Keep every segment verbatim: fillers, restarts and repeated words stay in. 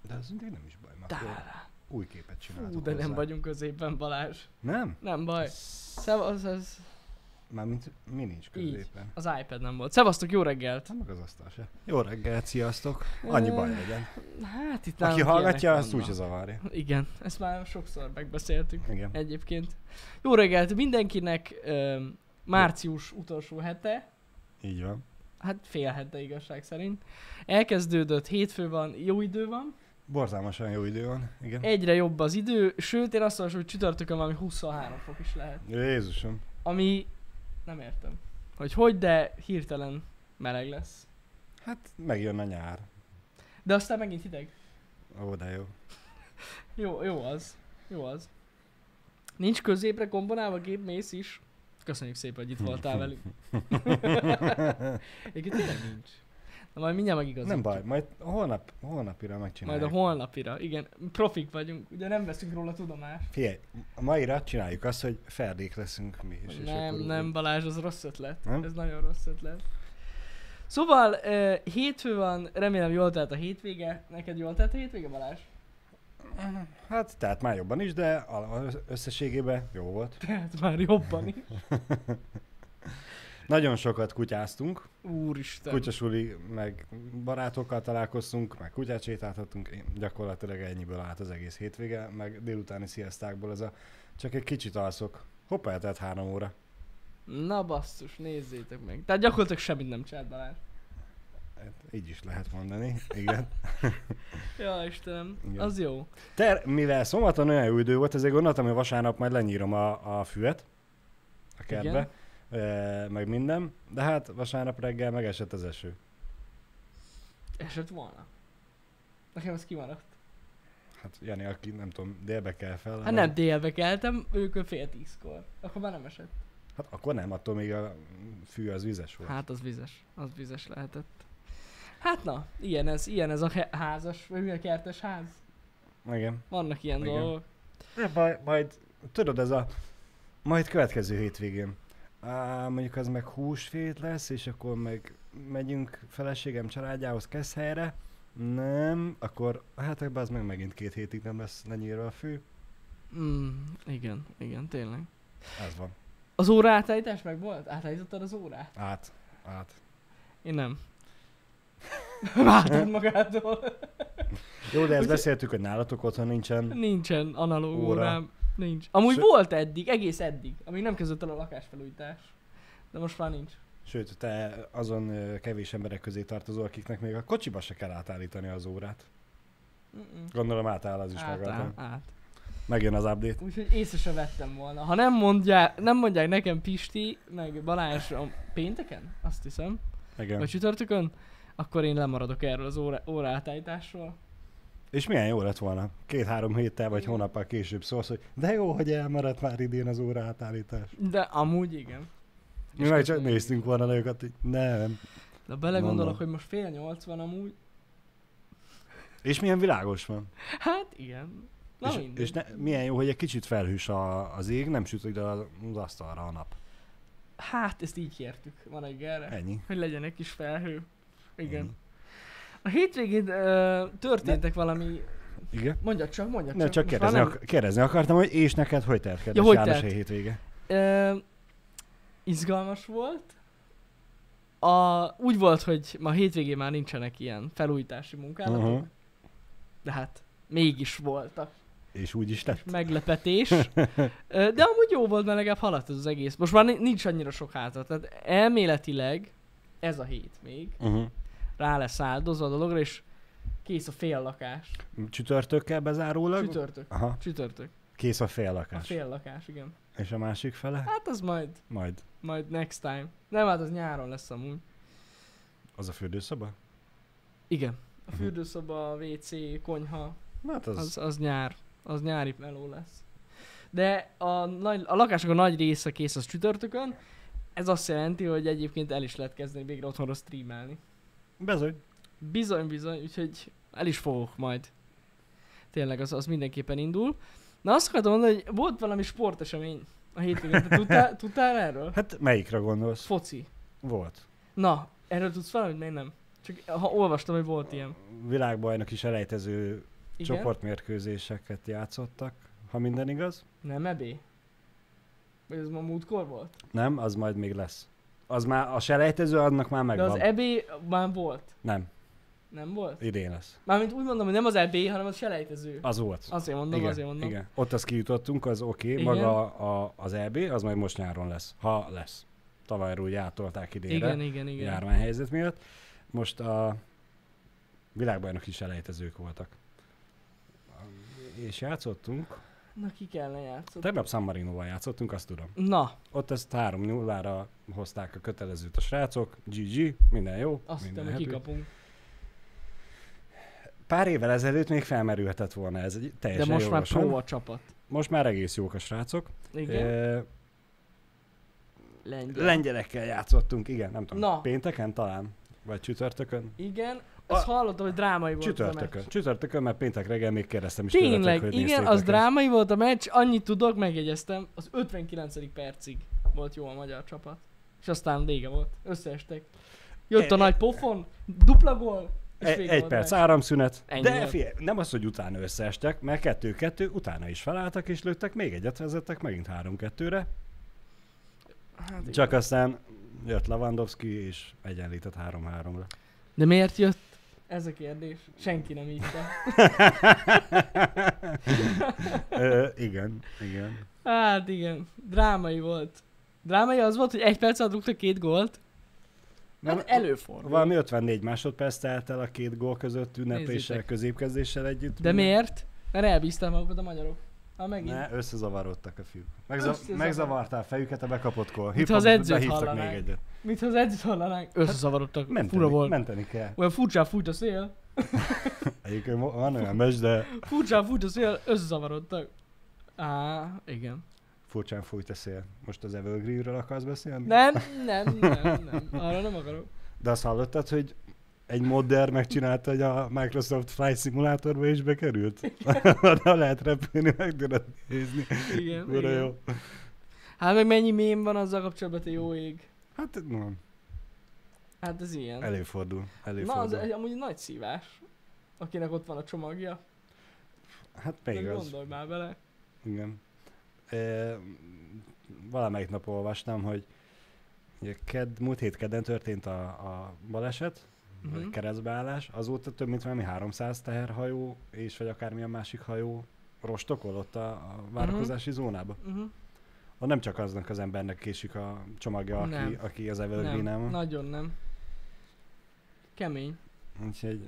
De ez még nem is baj, mert akkor Dá. új képet csináltok Fú, de hozzá. nem vagyunk középen, Balázs. Nem? Nem baj. Szevasz, ez... Mármint mi nincs Így. középen. Az iPad nem volt. Szevasztok, jó reggelt! Nem meg az asztal se. Jó reggelt, sziasztok. Annyi baj legyen. Hát itt Aki nálunk hallgatja, ilyenek azt vannak. úgyse zavarja. Igen, ezt már sokszor megbeszéltük. Igen. Egyébként. Jó reggelt mindenkinek, ö, március utolsó hete, Így van. hát fél hete igazság szerint. Elkezdődött, hétfő van, jó idő van, Borzalmasan jó idő van. Igen. egyre jobb az idő, sőt én azt mondom, hogy csütörtökön valami huszonhárom fok is lehet. Jézusom. Ami nem értem, hogy hogy, de hirtelen meleg lesz. Hát megjön a nyár. De aztán megint hideg. Ó, de jó. Jó, jó az. Jó az. Nincs középre komponálva a gép, mész is. Köszönjük szépen, hogy itt voltál velünk. Egyébként tényleg nincs. Na majd mindjárt megigazítjuk. Nem baj, majd holnap, holnapira Majd megcsináljuk. a holnapira, igen. Profik vagyunk, ugye nem veszünk róla tudomást. Figyelj, a maira csináljuk azt, hogy ferdék leszünk mi is. és Nem, akkor nem úgy- Balázs, az rossz ötlet. Nem? Ez nagyon rossz ötlet. Szóval uh, hétfő van, remélem jól telt a hétvége. Neked jól telt a hétvége, Balázs? Hát, tehát már jobban is, de a- összességében jó volt. Tehát már jobban is. Nagyon sokat kutyáztunk. Úristen. Kutyasuli, meg barátokkal találkoztunk, meg kutyát sétáltattunk. Én gyakorlatilag ennyiből állt az egész hétvége, meg délutáni sziasztákból ez a csak egy kicsit alszok. Hoppá, eltelt három óra. Na basszus, nézzétek meg. Tehát gyakorlatilag semmit nem csinált Balázs. Hát, így is lehet mondani, igen. Ja, Istenem, Igen. az jó. Te, mivel szombaton olyan jó idő volt, ezért gondoltam, hogy vasárnap majd lenyírom a, a füvet a kertbe, e, meg minden, de hát vasárnap reggel megesett az eső. Esett volna. Nekem ez kimaradt. Hát Jani, aki nem tudom, délbe kell fel. Hát nem délbe keltem, ők fél tízkor. Akkor már nem esett. Hát akkor nem, attól még a fű az vizes volt. Hát az vizes, az vizes lehetett. Hát na, ilyen ez, ilyen ez a he- házas, vagy mi a kertes ház. Igen. Vannak ilyen Igen. dolgok. Nem baj, majd, tudod, ez a, majd következő hétvégén. Á, mondjuk az meg húsvét lesz, és akkor meg megyünk feleségem családjához Keszhelyre. Nem, akkor hát ebben az meg megint két hétig nem lesz lenyírva a fű. Mm, igen, igen, tényleg. Ez van. Az óra átállítás meg volt? Átállítottad az órát? Át, át. Én nem. Váltad magától. Jó, de ezt Úgyhogy- beszéltük, hogy nálatok otthon nincsen. Nincsen analóg Óra. órám. Nincs. Amúgy Ső- volt eddig, egész eddig, amíg nem kezdődött el a lakásfelújítás. De most már nincs. Sőt, te azon ö, kevés emberek közé tartozol, akiknek még a kocsiba se kell átállítani az órát. Mm-mm. Gondolom átáll az is Át, megállítani. át, át. Megjön az update. Úgyhogy észre se vettem volna. Ha nem mondják, nem mondják nekem Pisti, meg Balázs a pénteken, azt hiszem, Igen. vagy csütörtökön, akkor én lemaradok erről az óra, óraátállításról. És milyen jó lett volna? Két-három héttel vagy Igen. hónappal később szólsz, hogy de jó, hogy elmaradt már idén az óra átállítás. De amúgy igen. Mi És meg csak köszönjük. néztünk volna le őket, hogy nem. De belegondolok, Mondom. hogy most fél nyolc van amúgy. És milyen világos van. Hát igen. Na és mindegy. és ne, milyen jó, hogy egy kicsit felhős a, az ég, nem süt ide az, az asztalra a nap. Hát ezt így kértük ma reggelre. Ennyi. Hogy legyen egy kis felhő. Igen. Ennyi. A hétvégén ö, történtek valami... Igen? Mondjad csak, mondjad Nem, csak Most már kérdezni, nem- ak- kérdezni akartam, hogy és neked hogy telt, kedves Ja, hogy János telt? a hétvége? Ö, izgalmas volt. A, úgy volt, hogy ma hétvégén már nincsenek ilyen felújítási munkálatok. Uh-huh. De hát mégis voltak. És úgy is lett. Meglepetés. Ö, de amúgy jó volt, mert legalább haladt ez az egész. Most már ni- nincs annyira sok házat. Tehát elméletileg ez a hét még Uh-huh. rá lesz áldozva a dologra, és kész a fél lakás. Csütörtökkel bezárólag? Csütörtök. Aha, Csütörtök. kész a fél A lakás. fél lakás, igen. És a másik fele? Hát az majd, Majd. majd next time. Nem, hát az nyáron lesz amúgy. Az a fürdőszoba? Igen. A Mhm. fürdőszoba, a vé cé, konyha, Hát az... az, az nyár. Az nyári meló lesz. De a, nagy, a lakások a nagy része kész az csütörtökön. Ez azt jelenti, hogy egyébként el is lehet kezdeni végre otthonra streamelni. Bezony. Bizony, bizony, úgyhogy el is fogok majd. Tényleg az, az mindenképpen indul. Na azt akartam mondani, hogy volt valami sportesemény a hétvégén. Te tudtál, tudtál erről? Hát melyikre gondolsz? Foci. Volt. Na, erről tudsz valamit? Még nem. Csak ha olvastam, hogy volt ilyen. Világbajnok is elejtező Igen? csoportmérkőzéseket játszottak, ha minden igaz. Nem ebé? Vagy ez ma múltkor volt? Nem, az majd még lesz. Az már, a selejtező annak már megvan. De az ebé már volt? Nem, Nem volt? idén lesz. Mármint úgy mondom, hogy nem az ebé, hanem az selejtező. Az volt. Azért mondom, igen, azért mondom. igen. Ott azt kijutottunk, az oké. Okay. Igen. Maga a, az é bé, az majd most nyáron lesz. Ha lesz. Tavalyról úgy átolták idénre. Igen, igen, igen. Járványhelyzet miatt. Most a világbajnoki selejtezők voltak. És játszottunk. Na, ki kellene játszani? Tegnap San Marinoval játszottunk, azt tudom. Na, Ott ezt három null-ra hozták a kötelezőt a srácok. gé gé, minden jó. azt minden hittem, hogy happy. kikapunk. Pár évvel ezelőtt még felmerülhetett volna ez egy De teljesen most már jogosan. pro a csapat. Most már egész jók a srácok. Igen? E, Lengyel. lengyelekkel játszottunk, igen, nem tudom. Na. Pénteken talán? Vagy csütörtökön? Igen, azt hallottam, hogy drámai volt Csütörtökön. az a meccs. Csütörtökön, mert péntek reggel még kérdeztem is tőletek, Tényleg, hogy igen, néztétek-e. az drámai volt a meccs, annyit tudok, megjegyeztem, az ötvenkilencedik percig volt jó a magyar csapat. És aztán vége volt, összeestek. Jött a E- nagy pofon, dupla gól, és Egy, vége egy volt a perc meccs. áramszünet, Ennyi de volt. figyelj, nem az, hogy utána összeestek, mert kettő-kettő, utána is felálltak és lőttek, még egyet vezettek, megint három-kettőre. Hát igen. Csak aztán jött Lewandowski és egyenlített három-háromra. De miért jött? Ez a kérdés. Senki nem hitte. Ö, igen, igen. Hát igen, drámai volt. Drámai az volt, hogy egy perc alatt rúgtak két gólt. Nem, Hát előfordul. Valami ötvennégy másodperc telt el a két gól között ünnepléssel, Nézzétek. középkezdéssel együtt. De miért? Mert elbízták magukat a magyarok. Ha megint. Ne, összezavarodtak a fiúk. Megza- Összezavar- megzavartál fejüket a bekapott gól. Mintha az edzőt behívtak még hallanánk. egyet. Mit ha az edzőt hallanánk? Összezavarodtak. Menteni, Fura volt. menteni kell. Olyan furcsán fújt a szél. Egyébként van olyan meccs, de Furcsán fújt a szél, összezavarodtak. Á, igen. furcsán fújt a szél. Most az Evergreenről akarsz beszélni? Nem, nem, nem, nem. Arra nem akarok. De azt hallottad, hogy egy modder megcsinálta, hogy a Microsoft Flight Simulatorba is bekerült? Oda lehet repülni, meg tudod nézni. Igen, Ura igen. jó. Hát meg mennyi mém van azzal kapcsolatban, te jó ég. Hát no, Hát ez ilyen. előfordul. Na, előfordul. az egy, amúgy nagy szívás. Akinek ott van a csomagja. Hát De még az. gondolj már bele. Igen. E, valamelyik nap olvastam, hogy ugye ked, múlt hét kedden történt a, a baleset, Mhm. uh-huh. keresztbeállás, azóta több mint valami háromszáz teherhajó és vagy akármilyen másik hajó rostokol ott a, a várakozási uh-huh. zónába. Uh-huh. Ott nem csak aznak az embernek késik a csomagja, aki, Nem. aki az Nem, Evergreen-en van. nagyon nem. Kemény. Úgyhogy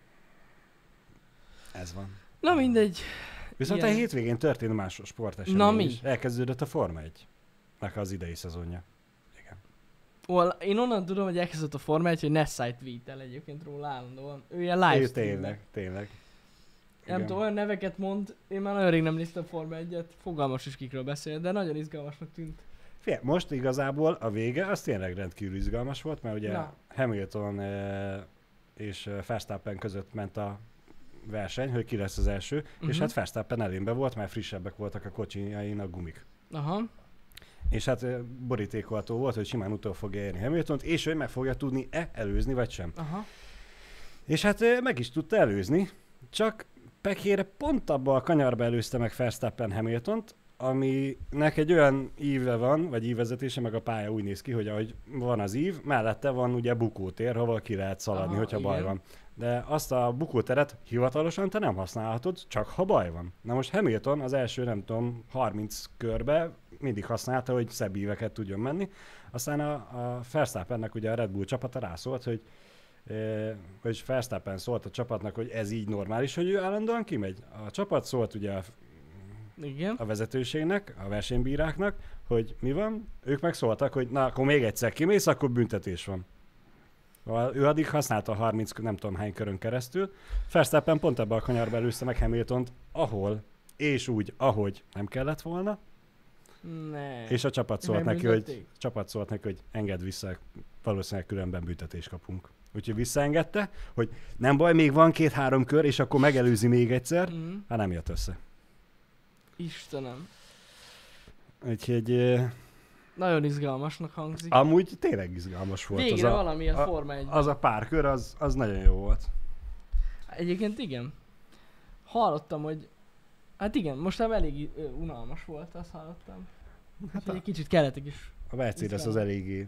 ez van. Na mindegy. Viszont Ilyen. a hétvégén történt más sportesemény Na mi? is. Elkezdődött a Forma egynek az idei szezonja. Igen. Well, én onnan tudom, hogy elkezdett a Forma egy, hogy Nessai tweet-el egyébként róla állandóan. Ő ilyen Ő live tényleg, tényleg. Nem Igen. tudom, olyan neveket mond, én már nagyon rég nem néztem Forma egyet, fogalmas is kikről beszél, de nagyon izgalmasnak tűnt. Figyelj, most igazából a vége az tényleg rendkívül izgalmas volt, mert ugye Na. Hamilton eh, és eh, Verstappen között ment a verseny, hogy ki lesz az első, uh-huh. és Mhm. hát Verstappen elénbe volt, mert frissebbek voltak a kocsijain a gumik. Aha. És hát eh, borítékolható volt, hogy simán utol fogja érni Hamiltont, és hogy meg fogja tudni-e előzni, vagy sem. Aha. És hát eh, meg is tudta előzni, csak pekére pont abban a kanyarba előzte meg Verstappen Hamiltont, aminek egy olyan íve van, vagy ívvezetése, meg a pálya úgy néz ki, hogy ahogy van az ív, mellette van ugye bukótér, hova ki lehet szaladni, Aha, hogyha igen. baj van. De azt a bukóteret hivatalosan te nem használhatod, csak ha baj van. Na most Hamilton az első, nem tudom, harminc körbe mindig használta, hogy szebb íveket tudjon menni. Aztán a, a Verstappennek ugye a Red Bull csapata rászólt, hogy Eh, hogy Verstappen szólt a csapatnak, hogy ez így normális, hogy ő állandóan kimegy. A csapat szólt ugye a, Igen. a vezetőségnek, a versenybíráknak, hogy mi van. Ők meg szóltak, hogy na, akkor még egyszer kimész, akkor büntetés van. Szóval ő addig használta a harminc nem tudom hány körön keresztül. Verstappen pont ebbe a kanyarba előzte meg Hamiltont, ahol és úgy, ahogy nem kellett volna. Ne. És a csapat szólt neki, Megbüntették? hogy csapat szólt neki, hogy engedd vissza, valószínűleg különben büntetést kapunk. Úgyhogy visszaengedte, hogy nem baj, még van két-három kör, és akkor megelőzi még egyszer. Mm. Hát nem jött össze. Istenem. Úgyhogy eh, Nagyon izgalmasnak hangzik. amúgy tényleg izgalmas volt. Végre az a, valami a a- Forma egy. az a pár kör, az, az nagyon jó volt. Egyébként igen. hallottam, hogy hát igen, mostában elég ö, unalmas volt, azt hallottam. Hát egy kicsit kellettek is. A Mercedes az Izgalmas. eléggé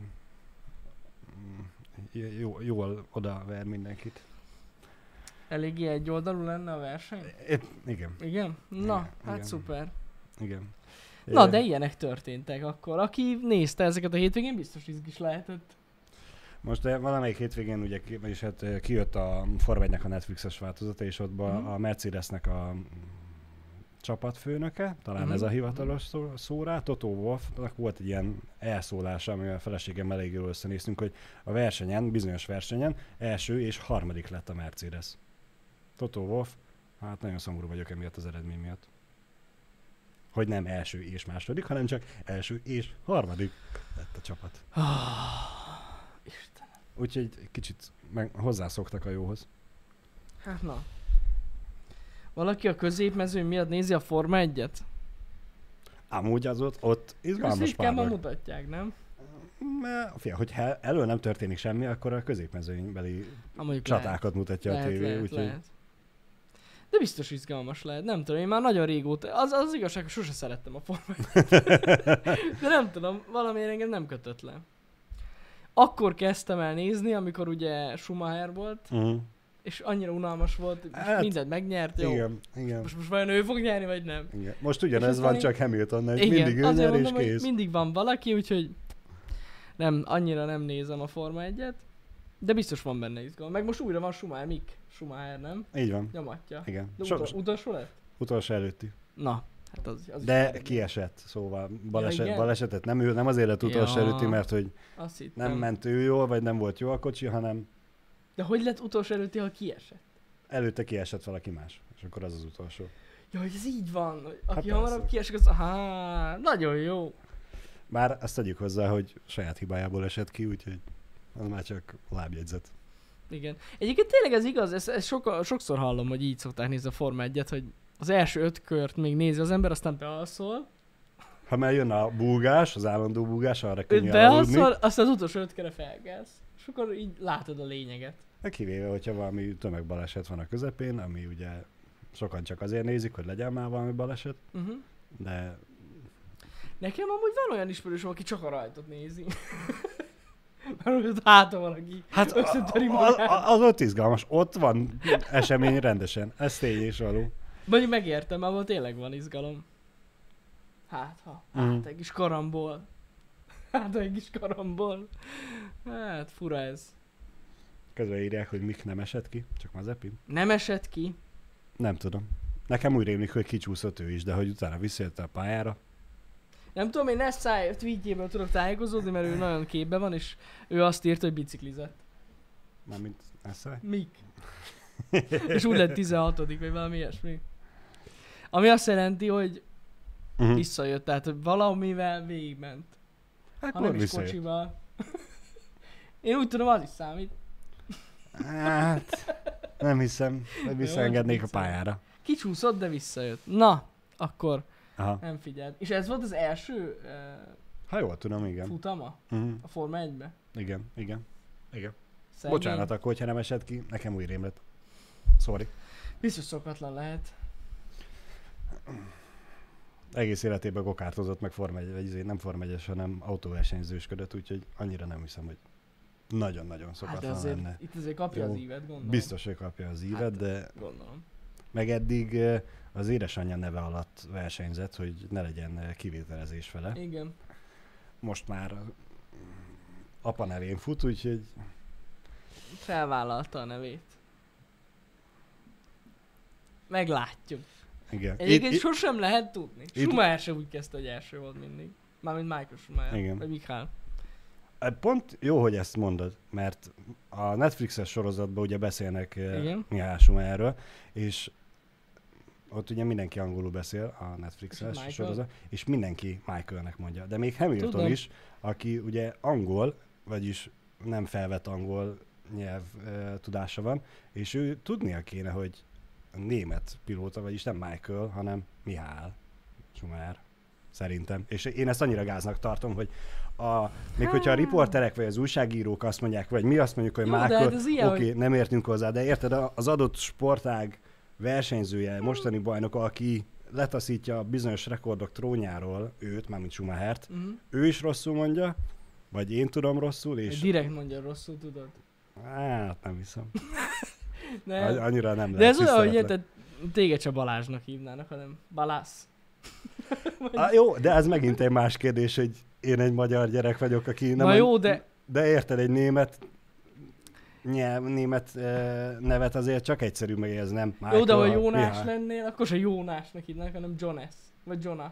mm, jó, jól odaver mindenkit. Eléggé egyoldalú lenne a verseny? É, igen, Igen? Na, Igen, hát igen. szuper. igen. Na, Ö, de ilyenek történtek akkor. Aki nézte ezeket a hétvégén, biztos izgis lehetett. Most de valamelyik hétvégén ugye, ki- vagyis hát ö, kijött a Forma egynek a Netflixes változata, és ott Mhm. uh-huh. a Mercedesnek a mm, csapatfőnöke, talán Mhm. uh-huh. ez a hivatalos szó, szó rá, Toto Wolffnak volt egy ilyen elszólása, amivel a feleségemmel elég jól összenéztünk, hogy a versenyen, bizonyos versenyen első és harmadik lett a Mercedes. Toto Wolff, hát nagyon szomorú vagyok emiatt az eredmény miatt. Hogy nem első és második, hanem csak első és harmadik lett a csapat. Isten. Úgyhogy egy kicsit meg hozzászoktak a jóhoz. Hát na. Valaki a középmezőny miatt nézi a Forma egyet? Amúgy az ott, ott izgalmas Középkában pár. mutatják, nem? Mert, fia, hogyha elől nem történik semmi, akkor a középmezőnybeli Ha mondjuk csatákat mutatja lehet, a tévé, lehet, úgyhogy lehet. De biztos izgalmas lehet, nem tudom, én már nagyon régóta, az, az igazság, hogy sose szerettem a Forma egyet. De nem tudom, valamiért engem nem kötött le. Akkor kezdtem el nézni, amikor ugye Schumacher volt, uh-huh. és annyira unalmas volt, most Hát, mindent megnyert, jó. Igen, igen, Most, most vajon ő fog nyerni, vagy nem? igen. Most És ugyanez van, utána- csak Hamiltonnal, Igen, mindig ő azért nyer és mondom, hogy kész. mindig van valaki, úgyhogy nem, annyira nem nézem a Forma egyet. De biztos van benne izgalom. Meg most újra van Schumacher, Mick Schumacher, nem? Így van, Nyomatja. igen. De So, utol, utolsó lett? utolsó előtti. Na, hát az, az is De eredmény. kiesett, szóval baleset, igen? balesetet nem, ő, nem azért lett utolsó Ja. előtti, mert hogy Azt hittem. nem ment ő jól, vagy nem volt jó a kocsi, hanem De hogy lett utolsó előtti, ha kiesett? előtte kiesett valaki más, és akkor az az utolsó. Ja, hogy ez így van. hogy Aki Hát hamarabb persze. kiesik, az... Há, nagyon jó. Bár azt tegyük hozzá, hogy saját hibájából esett ki, úgyhogy az már csak lábjegyzet. Igen. Egyébként tényleg ez igaz, ezt, ezt soka, sokszor hallom, hogy így szokták nézni a Forma egyet, hogy az első öt kört még nézi az ember, aztán bealszol, Ha már jön a búgás, az állandó búgás, arra könnyű öt elaludni. bealszol, aztán az utolsó öt kere felkelsz. És akkor így látod a lényeget. Hát kivéve, hogyha valami tömegbaleset van a közepén, ami ugye sokan csak azért nézik, hogy legyen már valami baleset, Uh-huh. de Nekem amúgy van olyan ismerősöm, aki csak a rajtot nézi. Mert ott háta valaki hát összetöri a, magát. a, az ott izgalmas, ott van esemény rendesen, ez tény és való. Vagy megértem, abban tényleg van izgalom. Hát ha, hát Mhm. egy kis karambol. Hát egy kis karambol. Hát fura ez. Közben írják, hogy mik nem esett ki, csak Mazepin. Nem esett ki. Nem tudom. Nekem úgy rémlik, hogy kicsúszott ő is, de hogy utána visszajött a pályára. Nem tudom, én ezt száj tweetjéből tudok tájékozódni, mert ő nagyon képben van, és ő azt írt, hogy biciklizett. Mármint Eszai. Mik? És úgy lett tizenhatodik vagy valami ilyesmi. Ami azt jelenti, hogy Uh-huh. visszajött, tehát hogy valamivel végigment. Ha Akkor nem is visszajött. kocsival. Én úgy tudom, az is számít. Hát, nem hiszem, hogy visszaengednék a viccelem. pályára. Kicsúszott, de visszajött. Na, akkor Aha. nem figyeld. És ez volt az első uh, Ha jól tudom, igen. futama Uh-huh. a Forma egybe? Igen, igen. Igen. Szegény. Bocsánat, akkor, hogyha nem esett ki, nekem úgy rém lett. Sorry. Biztos szokatlan lehet. Egész életében gokártozott meg Forma egy, vagy izé, nem Forma egyes, hanem autóversenyzősködött, úgyhogy annyira nem hiszem, hogy nagyon-nagyon Hát de szokatlan azért, lenne. itt azért kapja Jó. az ívet, gondolom. Biztos, hogy kapja az ívet, Hát, de Gondolom. meg eddig eh, az édesanyja neve alatt versenyzett, hogy ne legyen eh, kivételezés vele. Igen. Most már eh, apa nevén fut, úgyhogy Felvállalta a nevét. Meglátjuk. igen. Egyébként Itt- sosem lehet tudni. itt- Schumacher se úgy kezdte, hogy első volt mindig. Mármint Michael Schumacher. Igen. Vagy Michael. Pont jó, hogy ezt mondod, mert a Netflixes sorozatban ugye beszélnek eh, Igen. Mihály Schumacherről, és ott ugye mindenki angolul beszél a És Netflixes Michael? sorozat, és mindenki Michaelnek mondja. De még Hamilton Tudom. is, aki ugye angol, vagyis nem felvett angol nyelv e, tudása van, és ő tudnia kéne, hogy német pilóta, vagyis nem Michael, hanem Mihály Schumacher. Szerintem. És én ezt annyira gáznak tartom, hogy a, még hogyha a riporterek vagy az újságírók azt mondják, vagy mi azt mondjuk, hogy Jó, de Michael, hát oké, ez ilyen, okay, nem értünk hozzá, de érted, az adott sportág versenyzője, mostani bajnok, aki letaszítja bizonyos rekordok trónjáról őt, mármint Schumachert, Uh-huh. ő is rosszul mondja, vagy én tudom rosszul, és... Direkt mondja rosszul, tudod. Hát nem hiszem. Ne. Any- annyira nem De lehet. ez olyan, hogy tiszteletlek. érted, téged se Balázsnak hívnának, hanem Balász. Á, jó, de ez megint egy más kérdés, hogy én egy magyar gyerek vagyok, aki nem... Na a- jó, de De érted, egy német nyelv, német eh, nevet azért csak egyszerű megérz, nem? jó, de ha Michael, Jónás Mihály. lennél, akkor se Jónásnak hívnák, hanem Jonas. Vagy Jonas.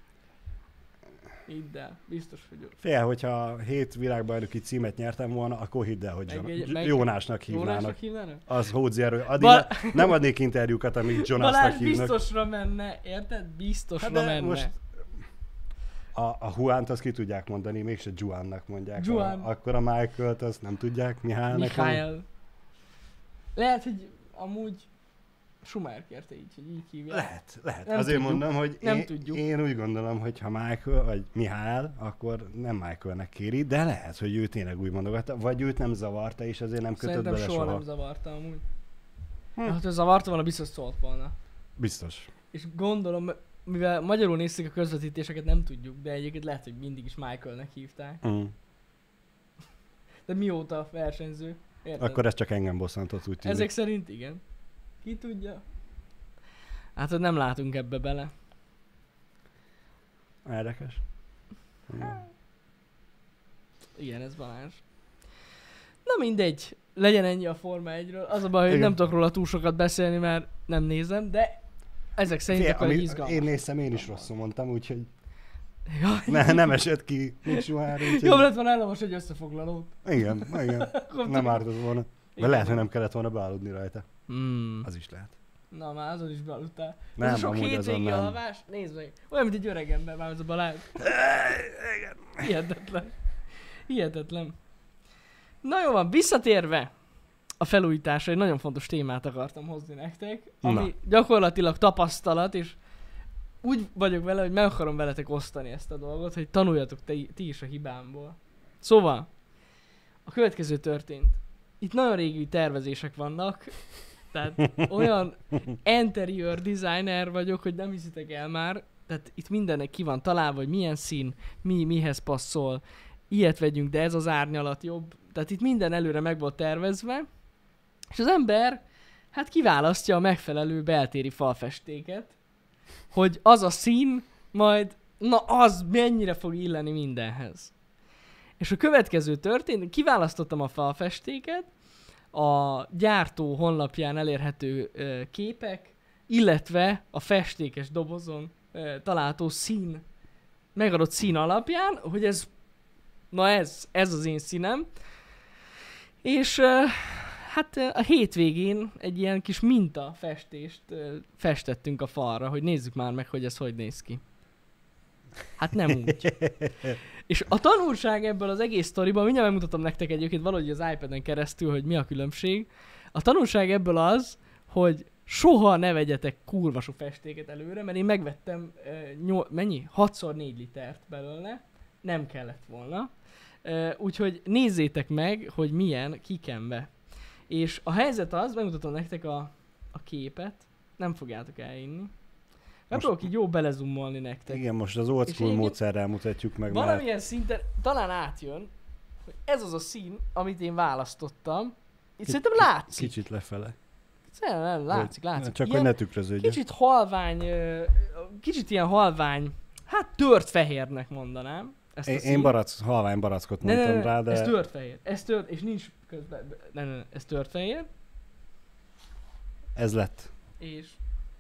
Hidd el, biztos vagyok. Fél, hogyha hét világbajnoki címet nyertem volna, akkor hidd el, hogy Meg John- egy- meg- Jónásnak hívnának. Jónásnak hívnának? Az hódzi erő. Addig Ba- ne- nem adnék interjúkat, amíg Jonasnak Balázs hívnak. biztosra menne, érted? Biztosra Hát de menne. most a, a Juánt azt ki tudják mondani, mégse Juánnak mondják. Juan. A, akkor a Michael-t azt nem tudják, Mihálynak. Mihály. Lehet, hogy amúgy Schumacher kérte így, hogy így hívják. Lehet, lehet. Nem Azért tudjuk. mondom, hogy Nem én, tudjuk. én úgy gondolom, hogy ha Michael vagy Mihály, akkor nem Michaelnek kéri, de lehet, hogy ő tényleg úgy mondogatta, vagy őt nem zavarta, és azért nem kötött Szerintem bele soha, soha. nem zavarta amúgy. Hm. Hát, ha zavarta volna, biztos szólt volna. Biztos. És gondolom, mivel magyarul nézték a közvetítéseket, nem tudjuk, de egyébként lehet, hogy mindig is Michaelnek hívták. Mm. De mióta versenyző? Érted? Akkor ez csak engem bosszantott, úgy tűnik. Ezek szerint igen. Ki tudja? Hát, hogy nem látunk ebbe bele. Érdekes. Igen. Igen, ez Balázs. Na mindegy, legyen ennyi a Forma egyről. Az a baj, hogy Igen. nem tudok róla túl sokat beszélni, mert nem nézem, de ezek szerint Fél, akkor ami- izgalmas. Én néztem, én is rosszul mondtam, úgyhogy Ja, ne, nem esett ki Mick Schumacher, úgyhogy... jobb lett volna elolvas egy összefoglalót. Igen, igen. Akkor Nem ártott volna. De Igen. lehet, hogy nem kellett volna bealudni rajta. Mm. Az is lehet. Na már azon is bealudtál. Nem, ez a sok amúgy azon hétvégi nem. alvás, nézd meg. Olyan, mint egy öreg ember, már ez a Balázs. Hihetetlen. Hihetetlen. Na jó van, visszatérve a felújításra, egy nagyon fontos témát akartam hozni nektek, ami Na. gyakorlatilag tapasztalat, és úgy vagyok vele, hogy meg akarom veletek osztani ezt a dolgot, hogy tanuljatok te, ti is a hibámból. Szóval, a következő történt. Itt nagyon régi tervezések vannak, tehát olyan interior designer vagyok, hogy nem hiszitek el már, tehát itt mindennek ki van találva, hogy milyen szín, mi mihez passzol, ilyet vegyünk, de ez az árnyalat jobb. Tehát itt minden előre meg volt tervezve, és az ember hát kiválasztja a megfelelő beltéri falfestéket, hogy az a szín majd, na az mennyire fog illeni mindenhez. És a következő történt, kiválasztottam a falfestéket, a gyártó honlapján elérhető ö, képek, illetve a festékes dobozon ö, található szín, megadott szín alapján, hogy ez, na ez, ez az én színem. És ö, hát ö, a hétvégén egy ilyen kis minta festést ö, festettünk a falra, hogy nézzük már meg, hogy ez hogy néz ki. Hát nem úgy. És a tanulság ebből az egész sztoriban, mindjárt megmutatom nektek egyébként valahogy az iPad-en keresztül, hogy mi a különbség. A tanulság ebből az, hogy soha ne vegyetek kurvasú festéket előre, mert én megvettem uh, nyol- mennyi? hatszor négy litert belőle, nem kellett volna. Uh, úgyhogy nézzétek meg, hogy milyen kikembe. És a helyzet az, megmutatom nektek a, a képet, nem fogjátok elinni. Megpróbálok így jó belezumolni nektek. Igen, most az old És school egyébként módszerrel mutatjuk meg, mert Valamilyen szinten talán átjön, hogy ez az a szín, amit én választottam. Itt szerintem látszik. kicsit lefele. Szerintem nem, látszik, Hogy- látszik. Csak Ilyen hogy ne tükröződjön. kicsit halvány, ö, kicsit ilyen halvány, hát tört fehérnek mondanám. Ezt a Én, színt. én barack, halvány barackot Ne, ne, mondtam ne, rá, de... ez tört fehér. Ez tört, és nincs közben, ne, ne, ne, ez tört fehér, ez lett. és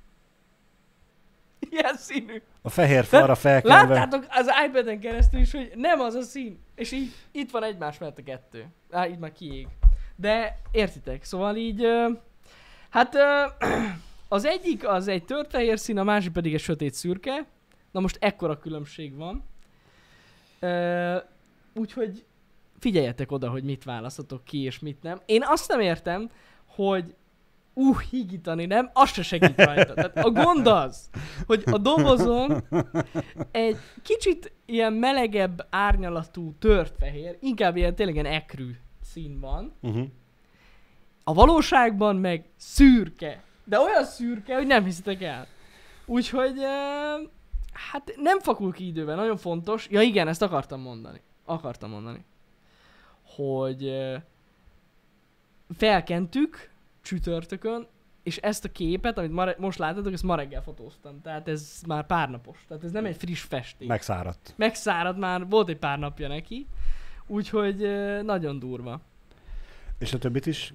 ilyen színű. A fehér falra felkelve... Láttátok az iPad-en keresztül is, hogy nem az a szín. És így itt van egymás mellett a kettő. Á, itt már kiég. De értitek, szóval így... ö, hát ö, az egyik az egy tört fehér szín, a másik pedig egy sötét szürke. Na most ekkora különbség van. Ö, úgyhogy figyeljetek oda, hogy mit választatok ki és mit nem. Én azt nem értem, hogy uh, hígítani nem, az se segít rajta. Tehát a gond az, hogy a dobozon egy kicsit ilyen melegebb árnyalatú tört fehér, inkább ilyen tényleg ilyen ekrű szín van. Uh-huh. A valóságban meg szürke De olyan szürke, hogy nem hiszitek el. Úgyhogy, uh, hát nem fakul ki időben, nagyon fontos. Ja igen, ezt akartam mondani. Akartam mondani. Hogy uh, felkentük csütörtökön, és ezt a képet, amit ma re- most láttatok, ezt ma reggel fotóztam. Tehát ez már pár napos. Tehát ez nem egy friss festék. Megszáradt. Megszáradt már, volt egy pár napja neki. Úgyhogy uh, nagyon durva. És a többit is...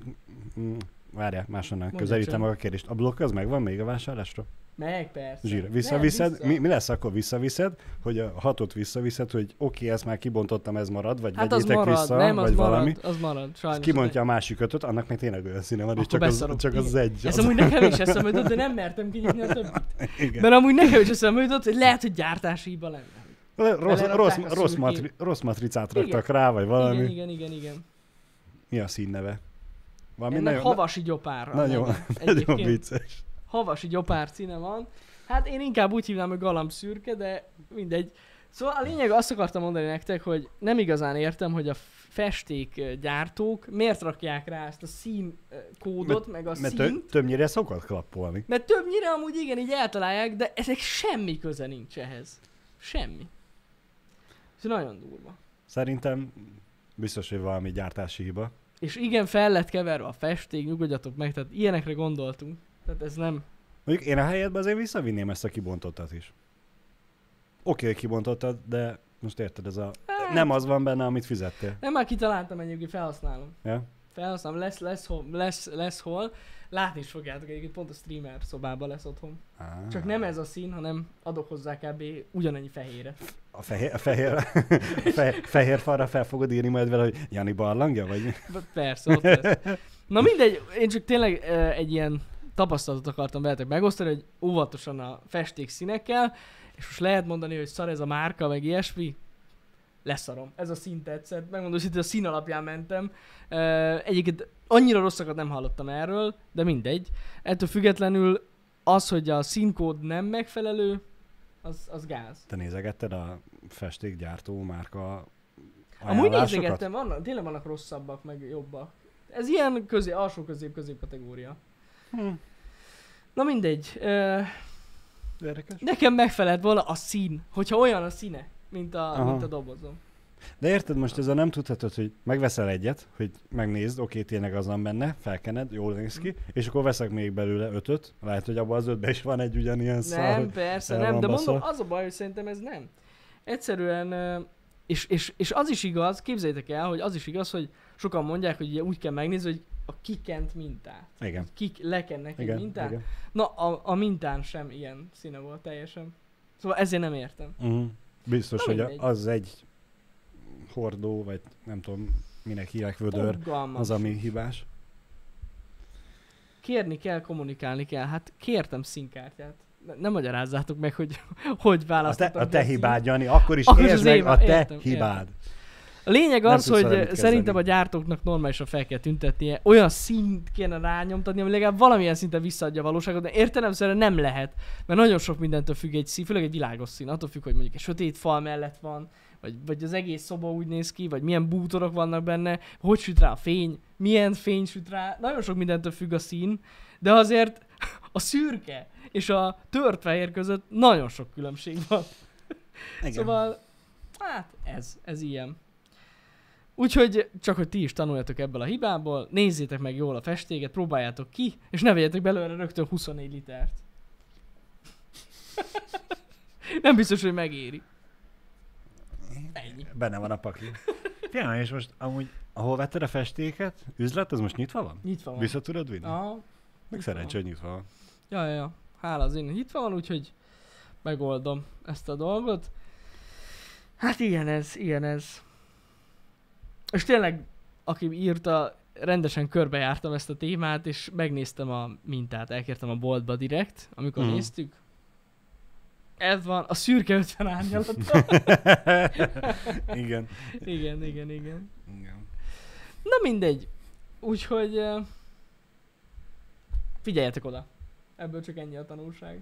Mm, várjál, máshonnan Mondja közelítem csak. meg a kérdést. A blokk az megvan még a vásárlásra? Meg persze. Zsír. Nem, Visszaviszed? vissza. Mi, mi lesz akkor visszaviszed? Hogy a hatot visszaviszed, hogy oké, okay, ezt már kibontottam, ez marad, vagy Hát az vegyétek marad, vissza, nem, az vagy marad, valami. az marad, sajnos. Kimondja a másik ötöt, annak meg tényleg olyan színe van, és Akkor csak az, beszarok. csak az Igen. egy. Ez Az... amúgy nekem is eszembe jutott, de nem mertem kinyitni a többit. Igen. Mert amúgy nekem is eszembe jutott, hogy lehet, hogy gyártási hiba lenne. Le- Rossz, belerakták rossz, a rossz, szürkét. matri, rossz matricát Igen. raktak rá, vagy valami. Igen, igen, igen, igen. Mi a színneve? Valami Ennek nagyon, havasi gyopár. a nagyon, neve. nagyon Egyébként vicces. havasi gyopár színe van. Hát én inkább úgy hívnám, hogy galamb szürke, de mindegy. Szóval a lényeg, azt akartam mondani nektek, hogy nem igazán értem, hogy a festékgyártók miért rakják rá ezt a színkódot, meg a Mert színt. tö- többnyire szokott klappolni. Mert többnyire amúgy igen, így eltalálják, de ezek semmi köze nincs ehhez. Semmi. Ez nagyon durva. Szerintem biztos, hogy valami gyártási hiba. És igen, fel lett keverve a festék, nyugodjatok meg, tehát ilyenekre gondoltunk. Tehát ez nem... Mondjuk én a helyedben azért visszavinném ezt a kibontottat is. Oké, hogy kibontottad, de most érted, ez a... Hát. Nem az van benne, amit fizettél. Nem, már kitaláltam egyébként, felhasználom. Ja? Felhasználom, lesz, lesz, hol, lesz, lesz hol. Látni is fogjátok egyébként, pont a streamer szobában lesz otthon. Ah. Csak nem ez a szín, hanem adok hozzá kb. Ugyanannyi fehéret. A fehér, a fehér, a fehér, fehér falra fel fogod írni majd vele, hogy Jani barlangja, vagy? Persze, ott lesz. Na mindegy, én csak tényleg uh, egy ilyen tapasztalatot akartam veletek megosztani, hogy óvatosan a festék színekkel, és most lehet mondani, hogy szar ez a márka, meg ilyesmi, leszarom. Ez a szín tetszett. Megmondom, hogy a szín alapján mentem. Uh, egyébként annyira rosszakat nem hallottam erről, de mindegy. Ettől függetlenül az, hogy a színkód nem megfelelő, az, az gáz. Te nézegetted a festékgyártó márka Amúgy ajánlásokat? nézegettem, vannak, tényleg vannak rosszabbak, meg jobbak. Ez ilyen közé, alsó közép közép kategória. Hm. Na mindegy. Uh, Érdekes. nekem megfelelt volna a szín, hogyha olyan a színe, mint a, Aha. mint a dobozom. De érted, most ez a nem tudhatod, hogy megveszel egyet, hogy megnézd, oké, tényleg az van benne, felkened, jól néz ki, és akkor veszek még belőle ötöt, lehet, hogy abban az ötben is van egy ugyanilyen szál, Nem, hogy persze, el nem, van de baszva. mondom, az a baj, hogy szerintem ez nem. Egyszerűen, ö, és, és, és az is igaz, képzeljétek el, hogy az is igaz, hogy sokan mondják, hogy ugye úgy kell megnézni, hogy a kikent mintát. Igen, Kik lekennek egy igen, mintát. igen. Na, a, a mintán sem ilyen színe volt teljesen. Szóval ezért nem értem. Uh-huh. Biztos, Na hogy mindegy. az egy hordó, vagy nem tudom, minek hívják, vödör, Fogalmam az, ami sincs. hibás. Kérni kell, kommunikálni kell. Hát kértem színkártyát. Ne, nem magyarázzátok meg, hogy hogy A te, választottam. a ki te színt. hibád, Jani, akkor is Akkor is értsd az meg, én- a te értem, hibád. A lényeg Nem az, tudsz vele hogy mit szerintem kezdeni. a gyártóknak normálisan fel kell tüntetnie. Olyan színt kéne rányomtatni, ami legalább valamilyen szinten visszaadja a valóságot, de értelemszerűen nem lehet. Mert nagyon sok mindentől függ egy szín, főleg egy világos szín. Attól függ, hogy mondjuk egy sötét fal mellett van, vagy, vagy az egész szoba úgy néz ki, vagy milyen bútorok vannak benne, hogy süt rá a fény, milyen fény süt rá. Nagyon sok mindentől függ a szín, de azért a szürke és a tört fehér között nagyon sok különbség van. Igen. Szóval, hát ez, ez ilyen. Úgyhogy csak, hogy ti is tanuljatok ebből a hibából, nézzétek meg jól a festéket, próbáljátok ki, és ne vegyetek belőle rögtön huszonnégy litert. Nem biztos, hogy megéri. Ennyi. Benne van a paki. Fiam, és most amúgy, ahol vetted a festéket, üzlet, az most nyitva van? Nyitva van. Vissza tudod vinni? Aha. Meg nyitva szerencsé, hogy nyitva van. Ja, ja, ja. Hála az én nyitva van, úgyhogy megoldom ezt a dolgot. Hát ilyen ez, ilyen ez. És tényleg, aki írta, rendesen körbejártam ezt a témát, és megnéztem a mintát, elkértem a boltba direkt, amikor Mhm. néztük. Ez van, a szürke ötven árnyalata. Igen. igen, igen, igen. Igen. Na mindegy. Úgyhogy uh, figyeljetek oda. Ebből csak ennyi a tanulság.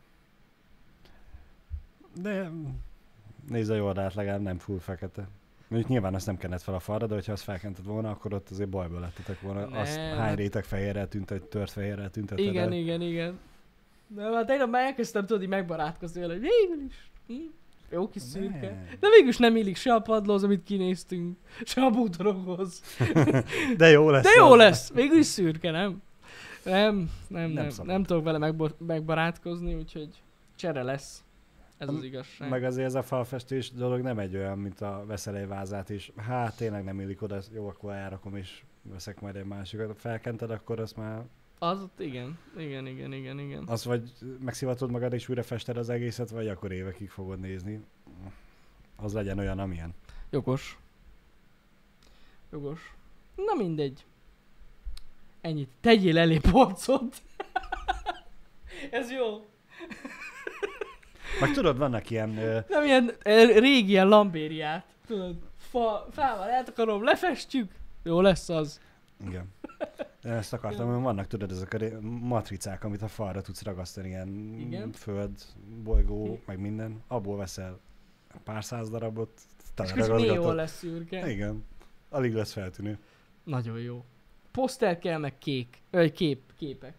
De nézd a jó oldalt, legalább nem full fekete. Mondjuk nyilván azt nem kenned fel a falra, de hogyha azt felkented volna, akkor ott azért bajba lettetek volna. Nem, Azt hány hát- réteg fehérrel tüntet, tört fehérrel tüntetted Igen, el. igen, igen. De már tegnap már elkezdtem tudni megbarátkozni vele, hogy végül is. Hm? Jó kis szürke. Nem. De végül is nem illik se a padlóhoz, amit kinéztünk, se a bútorokhoz. De jó lesz. De jó az. lesz, végül is szürke, nem? Nem, nem, nem, nem, szabad. nem tudok vele megbo- megbarátkozni, úgyhogy csere lesz. Ez az igazság. Meg azért ez a falfestés dolog nem egy olyan, mint a veszelejvázát is. Hát tényleg nem illik oda, jó, akkor elrakom és veszek majd egy másikat. Ha felkented, akkor azt már, Az ott igen, igen, igen, igen, igen. azt vagy megszivatod magad és újra fested az egészet, vagy akkor évekig fogod nézni. Az legyen olyan, amilyen. Jogos. Jogos. Na mindegy. Ennyit. Tegyél elé polcot. Ez jó. Meg tudod, vannak ilyen... Ö, Nem ilyen eh, régi ilyen lambériát. Tudod, fa, fával eltakarom, lefestjük. Jó lesz az. igen. De ezt akartam, hogy vannak, tudod, ezek a ré- matricák, amit a falra tudsz ragasztani, ilyen Igen. föld, bolygó, meg minden. Abból veszel pár száz darabot, És közben mi teleragazgatod. jól lesz szürke. Igen. Alig lesz feltűnő. Nagyon jó. Poszter kell, meg kék. Vagy kép, képek.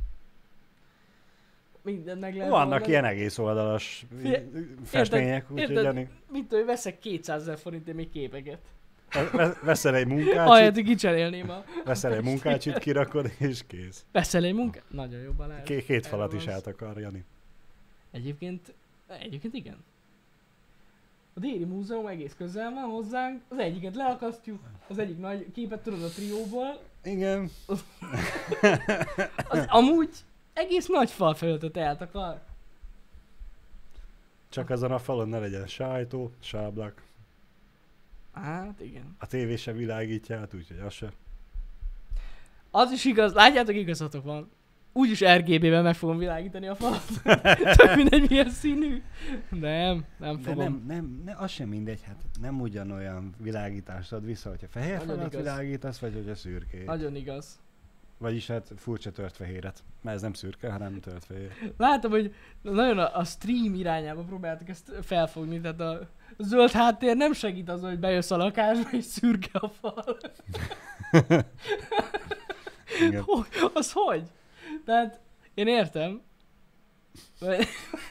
Minden meg lehet Vannak oldani. ilyen egész oldalas Fie- festmények, úgyhogy érted? Jani, Mint hogy veszek kétszázezer forintért még képeket. ve- veszel egy Ahelyett, munkácsit, hogy kicserélném a... veszel egy munkácsit, kirakod, és kész. Veszel egy munkát? Nagyon jó Balázs. Két, két falat Erről is van át akar, Jani. Egyébként, egyébként igen. A Déri Múzeum egész közel van hozzánk, az egyiket leakasztjuk, az egyik nagy képet tudod a trióból, Igen. az amúgy egész nagy fal felületet eltakar. Csak azon a falon ne legyen sajtó, sáblak. Hát igen. A tévé se világítja át, úgyhogy az se. Az is igaz, látjátok, igazatok van. Úgyis er gé bé-ben meg fogom világítani a falat. Tök mindegy milyen színű. Nem, nem De fogom. nem, nem, ne, az sem mindegy, hát nem ugyanolyan világítást ad vissza, hogyha fehér Nagyon falat igaz. világítasz, vagy hogyha szürkét. Nagyon igaz. Vagyis hát furcsa tört fehéret. Mert ez nem szürke, hanem tört fehér. Látom, hogy nagyon a, a stream irányába próbáltak ezt felfogni, tehát a zöld háttér nem segít azon, hogy bejössz a lakásba és szürke a fal. Igen. Hogy? Az hogy? Tehát én értem. De-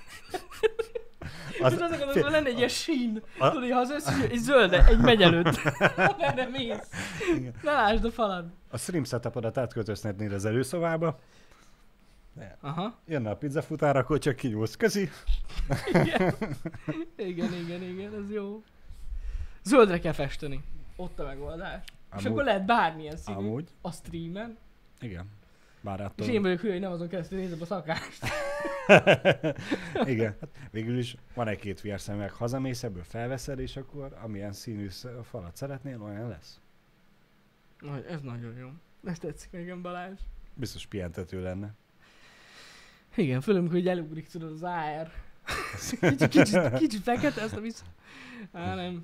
Az, Az, azok azok lenne egy ilyen sín. A- Tudod, ha az összes egy zöld, egy megy előtt. Merre mész? Igen. Ne lásd a falad. a stream setupodat átköltöznednél az előszobába, Aha. jönne a pizzafutár, akkor csak kinyúlsz. Köszi! Igen. igen, igen, igen, ez jó. Zöldre kell festeni. Ott a megoldás. És Amúgy- akkor lehet bármilyen színű Amúgy, a streamen. igen. Bár És attól... én vagyok hülye, hogy nem azon keresztül nézem a szakást. Igen. Hát végül is van egy-két vé er szemüveg, hazamész, ebből felveszed, és akkor amilyen színű sz- falat szeretnél, olyan lesz. Nagy, ez nagyon jó. Ez tetszik nekem, Balázs. Biztos pihentető lenne. Igen, főleg, hogy elugrik, tudod, az á er. Kicsit, kicsit, kicsit fekete, ezt a vissza. Á, nem.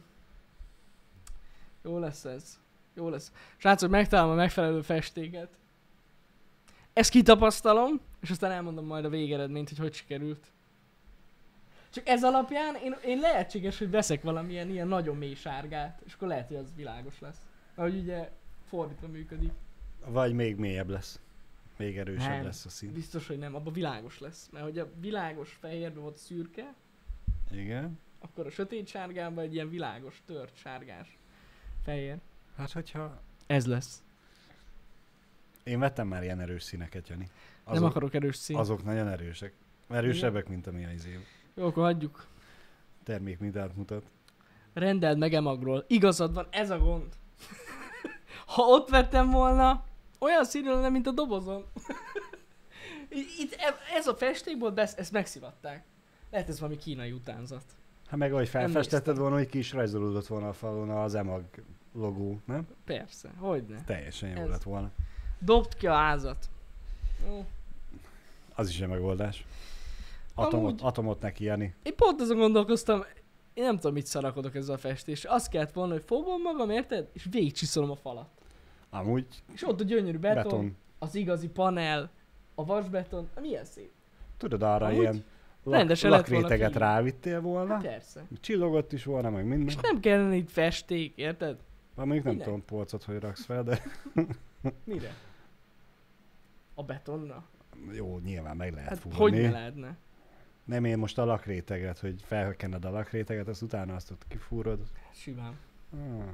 Jó lesz ez. Jó lesz. Srácok, megtalálom a megfelelő festéket. Ezt kitapasztalom, és aztán elmondom majd a végeredményt, hogy hogy sikerült. Csak ez alapján én, én lehetséges, hogy veszek valamilyen ilyen nagyon mély sárgát, és akkor lehet, hogy az világos lesz. Mert hogy ugye fordítva működik. Vagy még mélyebb lesz. Még erősebb Nem. lesz a szín. Biztos, hogy nem, abban világos lesz. Mert hogy a világos fehérben volt szürke, Igen. akkor a sötét sárgában egy ilyen világos, tört sárgás fehér. Hát hogyha... Ez lesz. Én vettem már ilyen erős színeket, Jani. Azok, nem akarok erős szín. Azok nagyon erősek. Erősebbek, mint ami az év. Jó, akkor hagyjuk. Termék mintát mutat. Rendeld meg Emagról. Igazad van, ez a gond. Ha ott vettem volna, olyan színű lenne, mint a dobozon. Itt e- ez a festékból, ezt, ezt megszivatták. Lehet ez valami kínai utánzat. Hát meg ahogy felfestetted néztem. volna, hogy ki is rajzolódott volna a falon az emag logó, nem? Persze, hogyne. Teljesen jó Ez. lett volna. Dobd ki a házat. Jó. Az is egy megoldás. Atomot, Amúgy- atomot neki, Jani. Én pont azon gondolkoztam, én nem tudom, mit szarakodok ezzel a festéssel. Azt kellett volna, hogy fogom magam, érted? És végigcsiszolom a falat. Amúgy És ott a gyönyörű beton, beton. az igazi panel, a vasbeton, milyen szép. Tudod arra Amúgy- ilyen lak, Rendesen lett volna lakréteget film. rávittél volna, Persze. csillogott is volna, meg minden. És nem kellene itt festék, érted? Már mondjuk nem Minek? tudom polcot, hogy raksz fel, de Mire? A betonna? jó, nyilván meg lehet Hát fúrni. hogy ne lehetne? Nem én most a lakréteget, hogy felkened a lakréteget, azt utána azt ott kifúrod. Simán. Ah.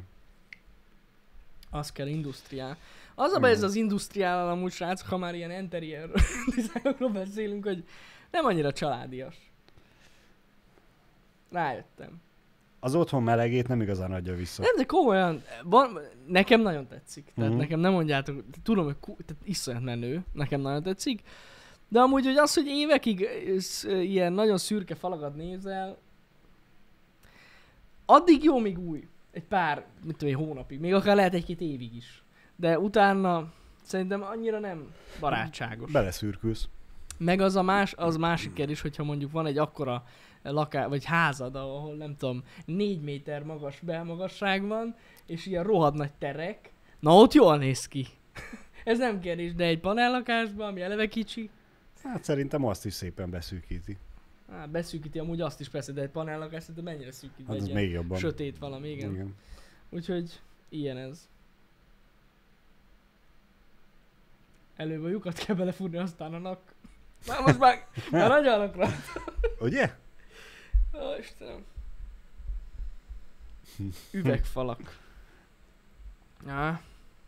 Az kell industriál. Az a baj, ez az industriál amúgy, srácok, ha már ilyen interior dizájnokról beszélünk, hogy nem annyira családias. Rájöttem. Az otthon melegét nem igazán adja vissza. Nem, de komolyan, van, nekem nagyon tetszik. Tehát Mhm. nekem nem mondjátok, tudom, hogy ku, tehát iszonyat menő, nekem nagyon tetszik. De amúgy, hogy az, hogy évekig ez, ilyen nagyon szürke falakat nézel, addig jó, még új. Egy pár, mit tudom én, hónapig. Még akár lehet egy-két évig is. De utána szerintem annyira nem barátságos. Beleszürkülsz. Meg az a más, az másik kérdés, hogyha mondjuk van egy akkora laká, vagy házad, ahol nem tudom, négy méter magas belmagasság van, és ilyen rohadt nagy terek, na ott jól néz ki. Ez nem kérdés, de egy panellakásban, ami eleve kicsi, Hát szerintem azt is szépen beszűkíti. á, beszűkíti amúgy azt is persze, de egy panellakás szerintem mennyire szűkít, Hát egy az ilyen még jobban. sötét valami, igen. Igen. Úgyhogy ilyen ez. Előbb a lyukat kell belefúrni, aztán a nak. Már most már, már agyalok rá. Ugye? Ó, Istenem. Üvegfalak. Á.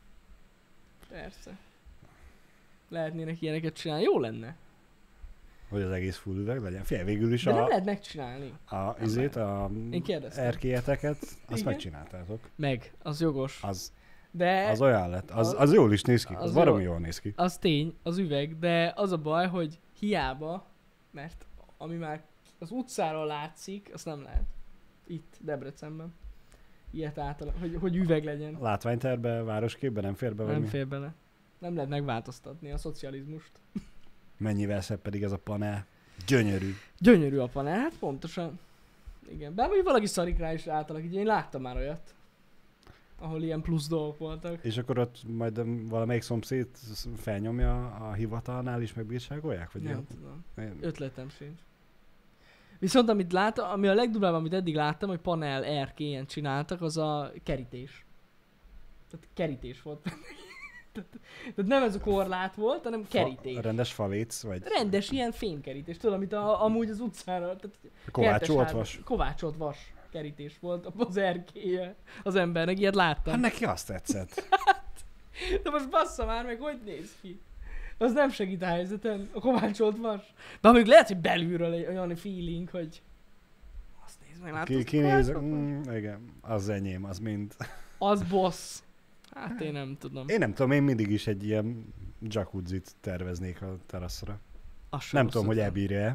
Persze. Lehetnének ilyeneket csinálni. Jó lenne. Hogy az egész full üveg legyen. Figyelj, végül is De nem a, lehet megcsinálni. a, izét, a Én kérdeztem. erkélyeteket, azt Igen. megcsináltátok. Meg. Az jogos. Az, De az olyan lett. Az, az- az jól is néz ki. Az, az az baromi jó. jól néz ki. az tény, az üveg, de az a baj, hogy hiába, mert ami már az utcáról látszik, azt nem lehet. Itt, Debrecenben. Ilyet általában, hogy, hogy üveg legyen. Látványterbe, városképbe nem fér be, vagy Nem mi? fér bele. Nem lehet megváltoztatni a szocializmust. Mennyivel szebb pedig ez a panel. Gyönyörű. Gyönyörű a panel, hát pontosan. Igen, bár mondjuk valaki szarik rá is átalakítja, én láttam már olyat. Ahol ilyen plusz dolgok voltak. És akkor ott majd um, valamelyik szomszéd felnyomja a hivatalnál is megbírságolják? Vagy Nem ilyen? tudom. Én- Ötletem sincs. Viszont amit láttam, ami a legdurvább, amit eddig láttam, hogy panel erkélyen csináltak, az a kerítés. Tehát kerítés volt. tehát, tehát nem ez a korlát volt, hanem kerítés. Fa, rendes faléc, vagy Rendes ilyen fémkerítés, tudod, amit a, amúgy az utcára, tehát kovácsolt kertes vas. ház- Kovácsolt vas kerítés volt az erkélye az embernek, ilyet láttam. Hát neki azt tetszett. De most bassza már meg, hogy néz ki? Az nem segít a helyzeten, a kovácsolt vas. De még lehet, hogy belülről egy olyan feeling, hogy... Azt nézd meg, látod? Ki, azt ki néz, kovácsolt vas? mm, igen, az enyém, az mind. Az boss. Hát én nem tudom. Én nem tudom, én mindig is egy ilyen jacuzzit terveznék a teraszra. Az sem Nem rossz tudom, hogy ötlet. elbírja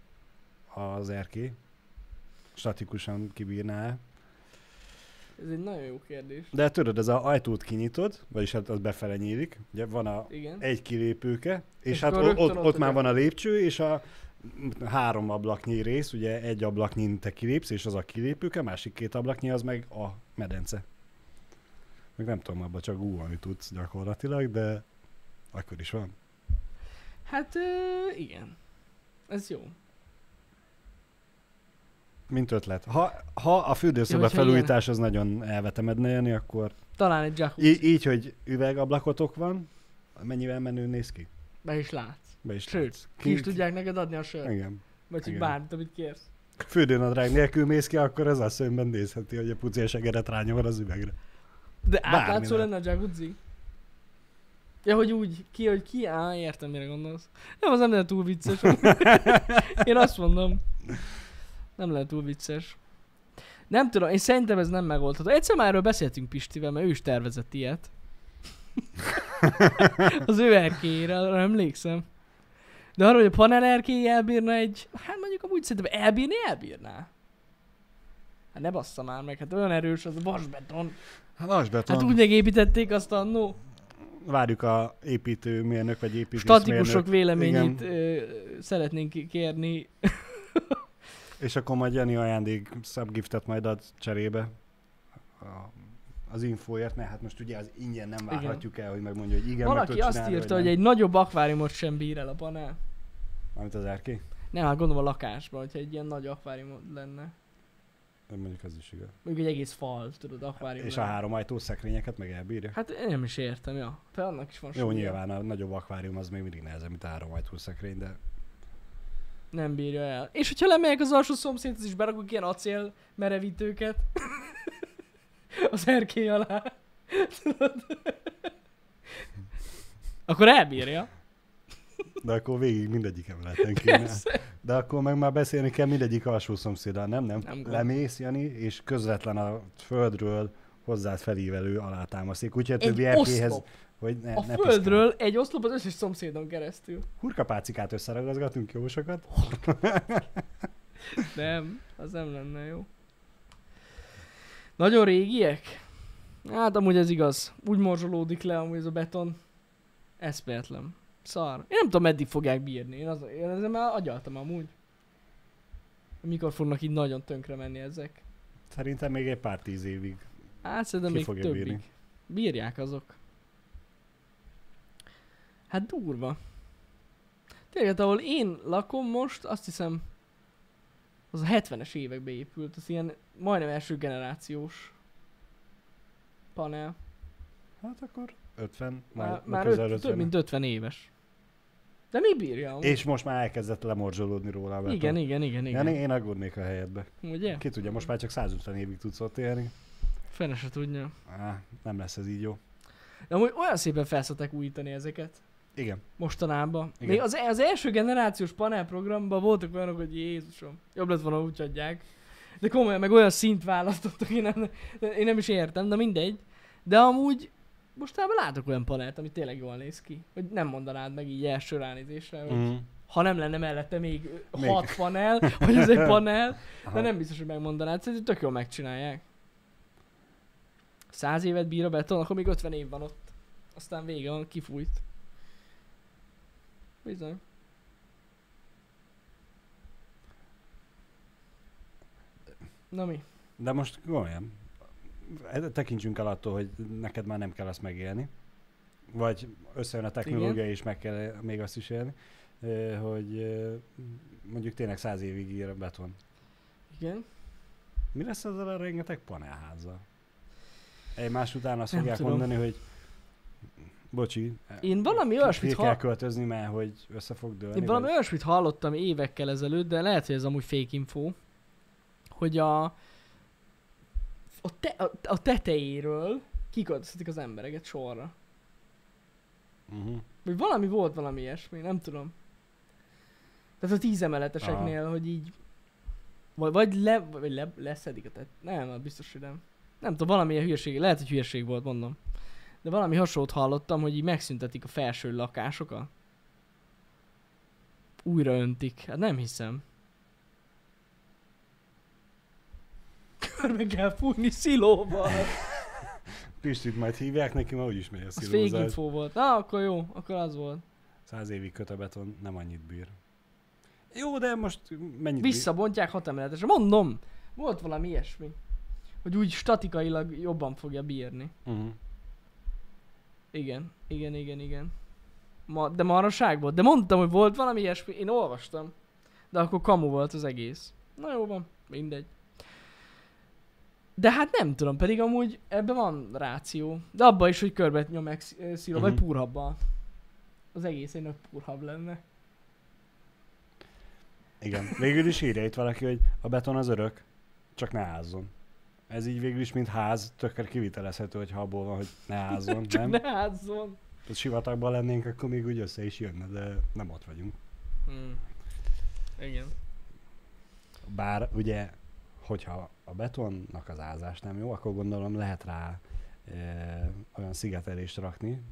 az erkély. Statikusan kibírná. Ez egy nagyon jó kérdés. De tudod, ez az ajtót kinyitod, vagyis hát az befele nyílik. Ugye van a Igen. egy kilépőke, és, És hát akkor ott, rögtön ott, ott ott már a- van a lépcső, és a három ablaknyi rész, ugye egy ablaknyin te kilépsz, és az a kilépőke, másik két ablaknyi az meg a medence. Meg nem tudom, abban csak gúlni tudsz gyakorlatilag, de akkor is van. Hát ö, igen. Ez jó. Mint ötlet. Ha, ha a fürdőszoba Ja, hogyha felújítás az nagyon elvetemedne jönni, akkor Talán egy jacuzzi. í- így, hogy üvegablakotok van, mennyivel menő néz ki? Be is látsz. Be is Sőt, látsz. ki is tudják neked adni a sört. Igen. Vagy hogy igen. bármit, amit kérsz. Fürdőnadrág nélkül mész ki, akkor ez azt szemben nézheti, hogy a puci segeret rányomod az üvegre. De Bármi átlátszó lehet. lenne a jacuzzi? Ja, hogy úgy, ki, hogy ki, á, értem, mire gondolsz. Nem, az nem lehet túl vicces. Én azt mondom. Nem lehet túl vicces. Nem tudom, én szerintem ez nem megoldható. Egyszer már erről beszéltünk Pistivel, mert ő is tervezett ilyet. Az ő erkélyére, arra emlékszem. De arra, hogy a panel erkély elbírna egy... Hát mondjuk amúgy szerintem elbírni elbírná. Hát ne bassza már meg, hát olyan erős az a vasbeton. Hát vasbeton. Hát úgy megépítették azt annó. Várjuk a építőmérnök vagy építészmérnök. Statikusok véleményét Igen. ö, szeretnénk kérni. És akkor majd Jani ajándék subgiftet majd ad cserébe. A, az infóért, mert hát most ugye az ingyen nem várhatjuk el, hogy megmondja, hogy igen, meg Valaki tud azt csinálni, írta, vagy hogy nem. egy nagyobb akváriumot sem bír el a panel. Amit az erkély? Nem, hát gondolom a lakásban, hogyha egy ilyen nagy akvárium lenne. Mondjuk ez is igaz. Mondjuk egy egész fal, tudod, akvárium És lenne. a három ajtós szekrényeket meg elbírja? Hát én nem is értem, ja. Te annak is van Jó, súlya. nyilván a nagyobb akvárium az még mindig nehezebb, mint a három ajtós szekrény, de Nem bírja el. És hogyha lemegyek az alsó szomszédhoz is berakok ilyen acél merevítőket. az erkély alá. Tudod? Akkor elbírja. de akkor végig mindegyik emeleten kéne. Persze. De akkor meg már beszélni kell mindegyik alsó szomszéddal, nem? Nem, Nem gond. lemész, Jani, és közvetlen a földről hozzád felívelő alátámasztik. Úgyhogy a Egy többi erkélyhez, oszlop. hogy ne, A ne földről egy oszlop az összes szomszédon keresztül. piszkál. Hurkapácikát összeragazgatunk jó sokat. Nem, az nem lenne jó. Nagyon régiek? Hát amúgy ez igaz. Úgy morzsolódik le amúgy ez a beton. Eszméletlen. Szar. Én nem tudom meddig fogják bírni. Én, az, én ezzel már agyaltam amúgy. Mikor fognak így nagyon tönkre menni ezek. Szerintem még egy pár tíz évig. Hát szerintem Ki még fogja többig. bírni? Bírják azok. Hát durva. Tényleg, hát ahol én lakom most, azt hiszem, az a hetvenes évekbe épült, az ilyen majdnem első generációs panel. Hát akkor ötven, Már, már, már közel öt, több ötven. mint ötven éves. De mi bírja? amúgy? És most már elkezdett lemorzsolódni róla a beton. Igen, igen, igen, igen. Jani, én aggódnék a helyedbe. Ugye? Ki tudja, most már csak százötven évig tudsz ott élni. Fene se tudja. Á, nem lesz ez így jó. De amúgy olyan szépen felszokták újítani ezeket. Igen. Mostanában. Igen. Még az, az első generációs panelprogramban voltak olyanok, hogy Jézusom, jobb lett volna úgy adják. De komolyan, meg olyan szint választottak, én nem, én nem is értem, de mindegy. De amúgy mostában látok olyan panelt, ami tényleg jól néz ki. Hogy nem mondanád meg így első ránézésre, hogy Mm. ha nem lenne mellette még, Még. hat panel, hogy az egy panel, Aha. de nem biztos, hogy megmondanád. Szerintem tök jól megcsinálják. Száz évet bír a beton, akkor még ötven év van ott. Aztán vége van, kifújt. Bizony. Na mi? De most olyan. Tekintsünk el attól, hogy neked már nem kell azt megélni. Vagy összejön a technológia, és meg kell még azt is élni. ö, Hogy ö, mondjuk tényleg száz évig ír a beton. Igen? Mi lesz ezzel a rengeteg panelházzal? Egymás után azt Nem fogják tudom. mondani, hogy bocsi, Én valami ki- olyasmit ki kell hall... költözni, mert hogy össze fog dőlni. Én valami vagy- olyasmit hallottam évekkel ezelőtt, de lehet, hogy ez amúgy fake info, hogy a, a, te, a, a tetejéről kiköltöztetik az embereket sorra. Uh-huh. Vagy valami volt valami ilyesmi, nem tudom. Tehát a tíz emeleteseknél, hogy így... Vagy, vagy, le, vagy le, leszedik a tet... Nem, az biztos, hogy nem. Nem tudom, valamilyen hülyeség, lehet, hogy hülyeség volt, mondom. De valami hasonlót hallottam, hogy így megszüntetik a felső lakásokat. Újra öntik. Hát nem hiszem. Körbe kell fújni szilóval. Pistit majd hívják neki, ma úgyis megy a Az fake szilózás. info volt. Na, akkor jó, akkor az volt. Száz évig köt a beton, nem annyit bír. Jó, de most mennyit Visszabontják hat emeletesre. Mondom, volt valami ilyesmi. Hogy úgy statikailag jobban fogja bírni. bír? Uh-huh. Igen, igen, igen, igen. Ma, de maraság volt. De mondtam, hogy volt valami ilyesmi. Én olvastam. De akkor kamu volt az egész. Na jó van, mindegy. De hát nem tudom, pedig amúgy ebben van ráció. De abban is, hogy körbe nyomják sziló, uh-huh. vagy Mhm. púrhabban. Az egész egy nagy púrhab lenne. Igen. Végül is írja itt valaki, hogy a beton az örök, csak ne ázzon. Ez így végül is, mint ház, tökre kivitelezhető, hogy ha abból van, hogy ne ázzon, Csak nem? ne házzon. Ha sivatagban lennénk, akkor még úgy össze is jönne, de nem ott vagyunk. Hmm. Igen. Bár ugye, hogyha a betonnak az ázás nem jó, akkor gondolom lehet rá e, olyan szigetelést rakni.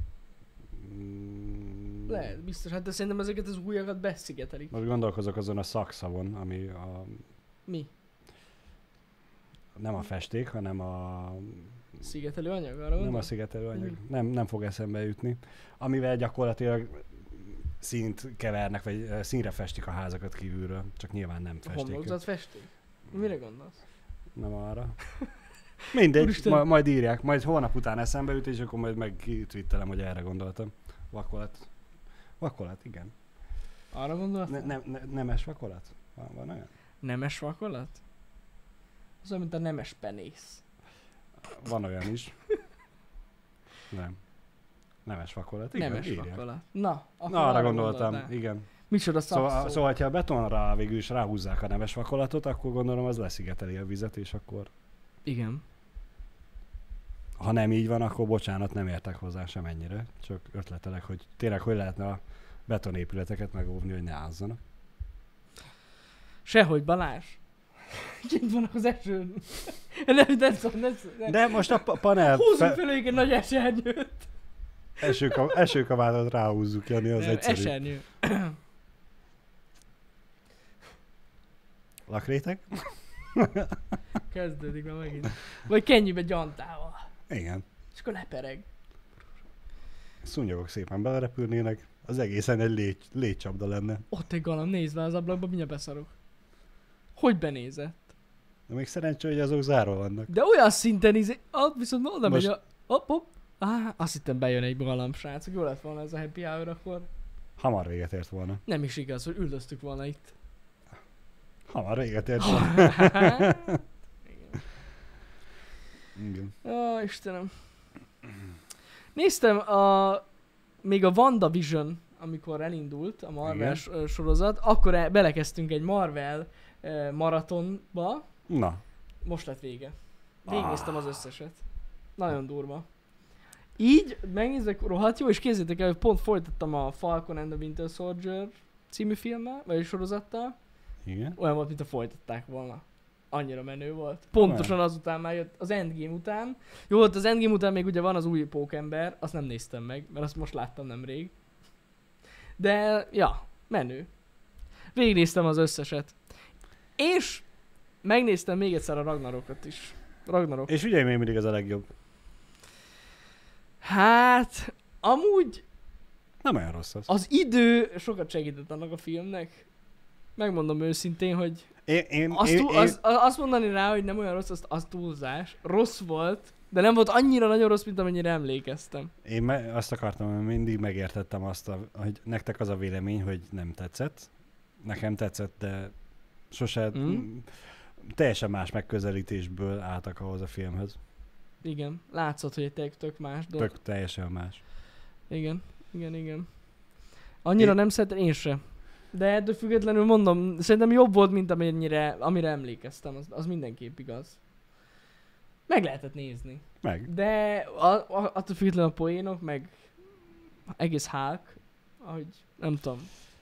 Mm, Lehet, biztos. Hát de szerintem ezeket az újakat beszigetelik. Most gondolkozok azon a szakszavon, ami a, Mi? nem a festék, hanem a Szigetelő anyag? Arra nem a gondolsz? szigetelő anyag. Mhm. Nem, nem fog eszembe jutni. Amivel gyakorlatilag színt kevernek, vagy eh, színre festik a házakat kívülről. Csak nyilván nem A festék. homlokzat festék? Mire gondolsz? Nem arra. Mindegy, Úristen. ma, majd írják. Majd holnap után eszembe jut, és akkor majd megtwittelem, hogy erre gondoltam. Vakolat. Vakolat, igen. Arra gondoltál? Ne, ne, ne, nemes vakolat? Van, van olyan? Nemes vakolat? Az olyan, mint a nemes penész. Van olyan is. Nem. Nemes vakolat, igen, Nemes írják. vakolat. Na, akkor Na, arra arra gondoltam, gondoltál. igen. Micsoda szakszó. Szóval, szóval, ha a betonra végül is ráhúzzák a nemes vakolatot, akkor gondolom az leszigeteli a vizet, és akkor Igen. ha nem így van, akkor bocsánat, nem értek hozzá semennyire. Csak ötletelek, hogy tényleg hogy lehetne a betonépületeket megóvni, hogy ne ázzanak. Sehogy, Balázs. Kint vannak az esőn. Nem, nem szó, nem szó. Nem. De most a pa- panel Húzzunk fe- fel egy nagy esernyőt. esőka- esőkabátot ráhúzzuk, Jani, az Nem, egyszerű. esernyő. Lakrétek? Kezdődik már megint. Vagy kenjébe gyantával. Igen. És akkor lepereg. Szúnyogok szépen belerepülnének, az egészen egy légy, légycsapda lenne. Ott egy galamb, nézd le az ablakba, mindjárt beszarok. Hogy benézett? De még szerencsé, hogy azok zárva vannak. De olyan szinten izé... Ah, viszont oda megy Most- a... Hopp, hopp. Á, azt hittem bejön egy galamb, srácok. Jó lett volna ez a happy hour akkor. Hamar véget ért volna. Nem is igaz, hogy üldöztük volna itt. Hamar véget ért volna. Igen. Igen. Ó, Istenem. Néztem a... Még a WandaVision, amikor elindult a Marvel Igen. s- sorozat, akkor e- belekezdtünk egy Marvel eh, maratonba. Na, Most lett vége. Végignéztem az összeset. Nagyon durva. Így megnézek, rohadt jó, és képzeljétek el, hogy pont folytattam a Falcon and the Winter Soldier című filmmel, vagy sorozattal. igen. Olyan volt, mint a folytatták volna. Annyira menő volt. Pontosan azután már jött, az Endgame után. Jó, volt az Endgame után még ugye van az új Pókember, azt nem néztem meg, mert azt most láttam nemrég. De, ja, menő. Végignéztem az összeset. És megnéztem még egyszer a Ragnarokot is. Ragnarok. És ugye még mindig az a legjobb. Hát, amúgy Nem olyan rossz az. az idő sokat segített annak a filmnek. Megmondom őszintén, hogy Én, én, azt, én, túl, én, az, azt mondani rá, hogy nem olyan rossz, az, az túlzás. Rossz volt, de nem volt annyira nagyon rossz, mint amennyire emlékeztem. én me- azt akartam, hogy mindig megértettem azt, a, hogy nektek az a vélemény, hogy nem tetszett. Nekem tetszett, de sose Mm. mm. teljesen más megközelítésből álltak ahhoz a filmhez. Igen, látszott, hogy egy tök, tök más dolog. Tök teljesen más. Igen, igen, igen. Annyira Én- nem szeretem, én se. De ettől függetlenül mondom, szerintem jobb volt, mint amennyire, amire emlékeztem, az, az mindenképp igaz. Meg lehetett nézni. Meg. De a, a, attól függetlenül a poénok, meg egész Hulk, ahogy nem tudom.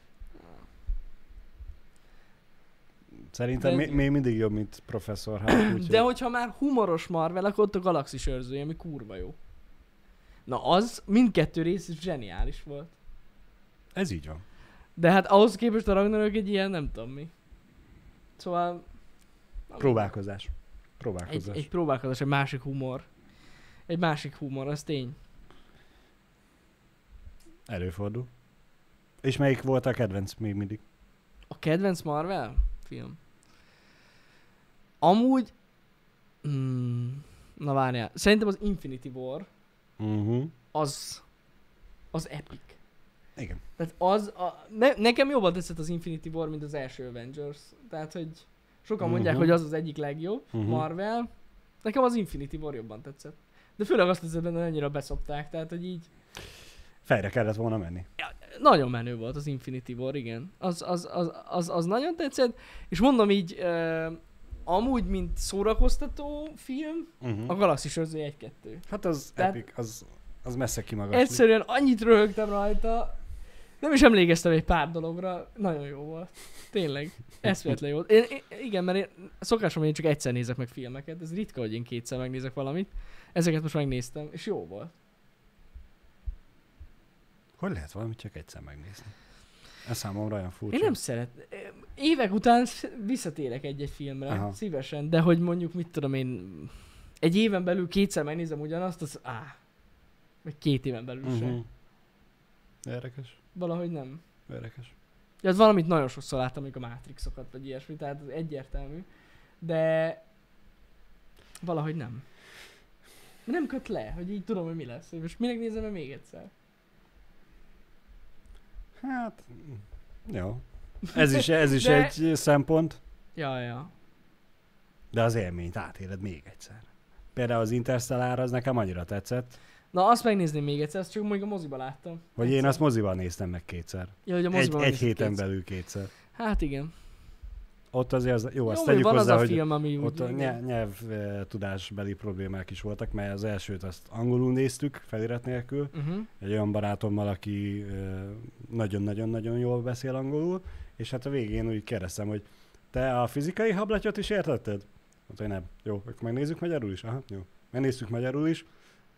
Szerintem De- még, még mindig jobb, mint Professor Hulk. úgyhogy- De hogyha már humoros Marvel, akkor ott a Galaxis őrzője, ami kurva jó. Na az mindkettő rész is zseniális volt. Ez így van. De hát ahhoz képest a Ragnarök egy ilyen nem tudom mi. Szóval... Próbálkozás. Egy, Próbálkozás. egy próbálkozás, egy másik humor. Egy másik humor, az tény. Előfordul. És melyik volt a kedvenc még mindig? A kedvenc Marvel film? Amúgy... Mm, na várjál. Szerintem az Infinity War Uh-huh. az... Az epic. Igen. Tehát az... A, ne, nekem jobban tetszett az Infinity War, mint az első Avengers. Tehát, hogy sokan mondják, Mhm. hogy az az egyik legjobb Mhm. Marvel. Nekem az Infinity War jobban tetszett. De főleg azt tetszett benne, hogy annyira beszopták. Tehát, hogy így... Fejre kellett volna menni. Nagyon menő volt az Infinity War, igen. Az, az, az, az, az nagyon tetszett. És mondom így... Uh, amúgy, mint szórakoztató film, Uh-huh. a Galaxis őrzője egy-kettő. Hát az Tehát- epic, az, az messze kimagaslik. Egyszerűen annyit röhögtem rajta, nem is emlékeztem egy pár dologra, nagyon jó volt. Tényleg, eszméletlen jó volt. Én, én, igen, mert én szokásom, hogy én csak egyszer nézek meg filmeket, ez ritka, hogy én kétszer megnézek valamit. Ezeket most megnéztem, és jó volt. Hogy lehet valamit csak egyszer megnézni? Ez számomra olyan furcsa. Én nem szeret. Évek után sz- visszatérek egy-egy filmre, Aha. szívesen, de hogy mondjuk, mit tudom én, egy éven belül kétszer megnézem ugyanazt, az áh. Vagy két éven belül uh-huh. Uh-huh. sem. Érdekes. Valahogy nem. Érdekes. Ja, az valamit nagyon sokszor láttam, mondjuk a Matrixokat, vagy ilyesmi, tehát ez egyértelmű. De valahogy nem. Nem köt le, hogy így tudom, hogy mi lesz. Hogy most minek nézem meg még egyszer? Hát, Jó. Ez is, ez is De- egy szempont, Ja, ja. de az élményt átéled még egyszer. Például az Interstellar az nekem annyira tetszett, Na, azt megnézném még egyszer, azt csak mondjuk a moziba láttam. hogy Egyszer. én azt moziban néztem meg kétszer. Ja, hogy a Egy, moziban egy megnéztem héten kétszer. belül kétszer. Hát igen. Ott azért az, jó, Jó, azt hogy tegyük van hozzá, az a hogy film, ami ott úgy... a nyelv, nyelvtudásbeli problémák is voltak, mert az elsőt azt angolul néztük, felirat nélkül. Uh-huh. Egy olyan barátommal, aki ö, nagyon-nagyon-nagyon jól beszél angolul, és hát a végén úgy kérdeztem, hogy te a fizikai hablatyot is értetted? Mondta, hogy nem. Jó, akkor megnézzük magyarul is? Aha, jó. Megnézzük magyarul is.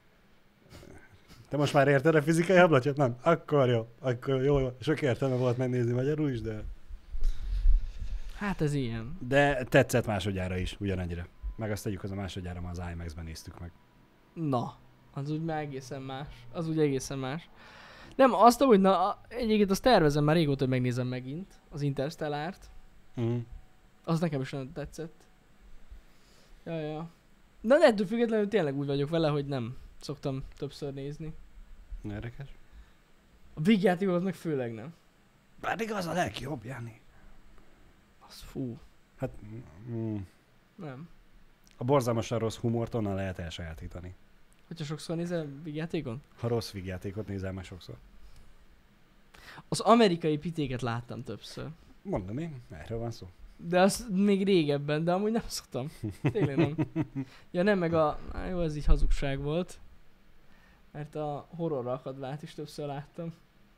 Te most már érted a fizikai hablatyot? Nem. Akkor jó. Akkor jó, jó. Sok értelme volt megnézni magyarul is, de... Hát ez ilyen. De tetszett másodjára is, ugyanennyire. Meg azt tegyük, az a másodjára már az IMAX-ben néztük meg. Na, az úgy már egészen más. Az úgy egészen más. Nem, azt amúgy, na, a- egyébként azt tervezem már régóta, hogy megnézem megint, az Interstellárt. Mm. Az nekem is nagyon tetszett. Ja, ja. De ettől függetlenül tényleg úgy vagyok vele, hogy nem szoktam többször nézni. Érdekes. A vígjátékokat meg főleg nem. Pedig az a legjobb, Jani. Az fú. Hát, mm, Nem. a borzalmasan rossz humort onnan lehet elsajátítani. Hogyha sokszor nézel vígjátékon? Ha rossz vígjátékot nézel meg sokszor. Az amerikai pitéket láttam többször. Mondom én, erről van szó. De az még régebben, de amúgy nem szoktam. Tényleg nem. Ja nem, meg a... Á, jó, ez így hazugság volt. Mert a horror akadvát is többször láttam.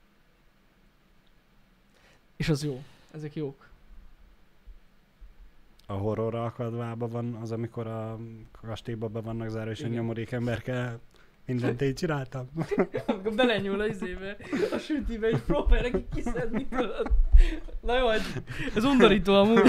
És az jó. Ezek jók. A horrorra akadvában van az, amikor a kastélyba be vannak zárva, és Igen. a nyomorék emberkel mindent én csináltam. Akkor belenyúl a izébe, a sütibe, és próbálja neki kiszedni tőled. Na jó, hogy ez undorító amúgy.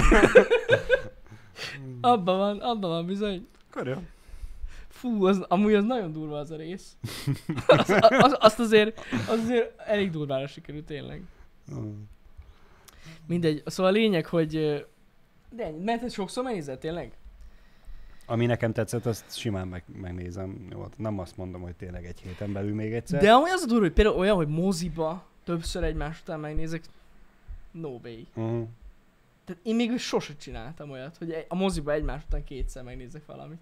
Abban van, abban van bizony. Akkor jó. Fú, az, amúgy az nagyon durva az a rész. Az, az, azt azért, az azért elég durvára sikerült tényleg. Mm. Mindegy, szóval a lényeg, hogy... ö, De ennyi, mert ez sokszor megnézed tényleg? Ami nekem tetszett, azt simán meg, megnézem. Jó, nem azt mondom, hogy tényleg egy héten belül még egyszer. De amúgy az a durva, hogy például olyan, hogy moziba többször egymás után megnézek, no way. Uh-huh. Tehát én még sose csináltam olyat, hogy egy- a moziba egymás után kétszer megnézek valamit.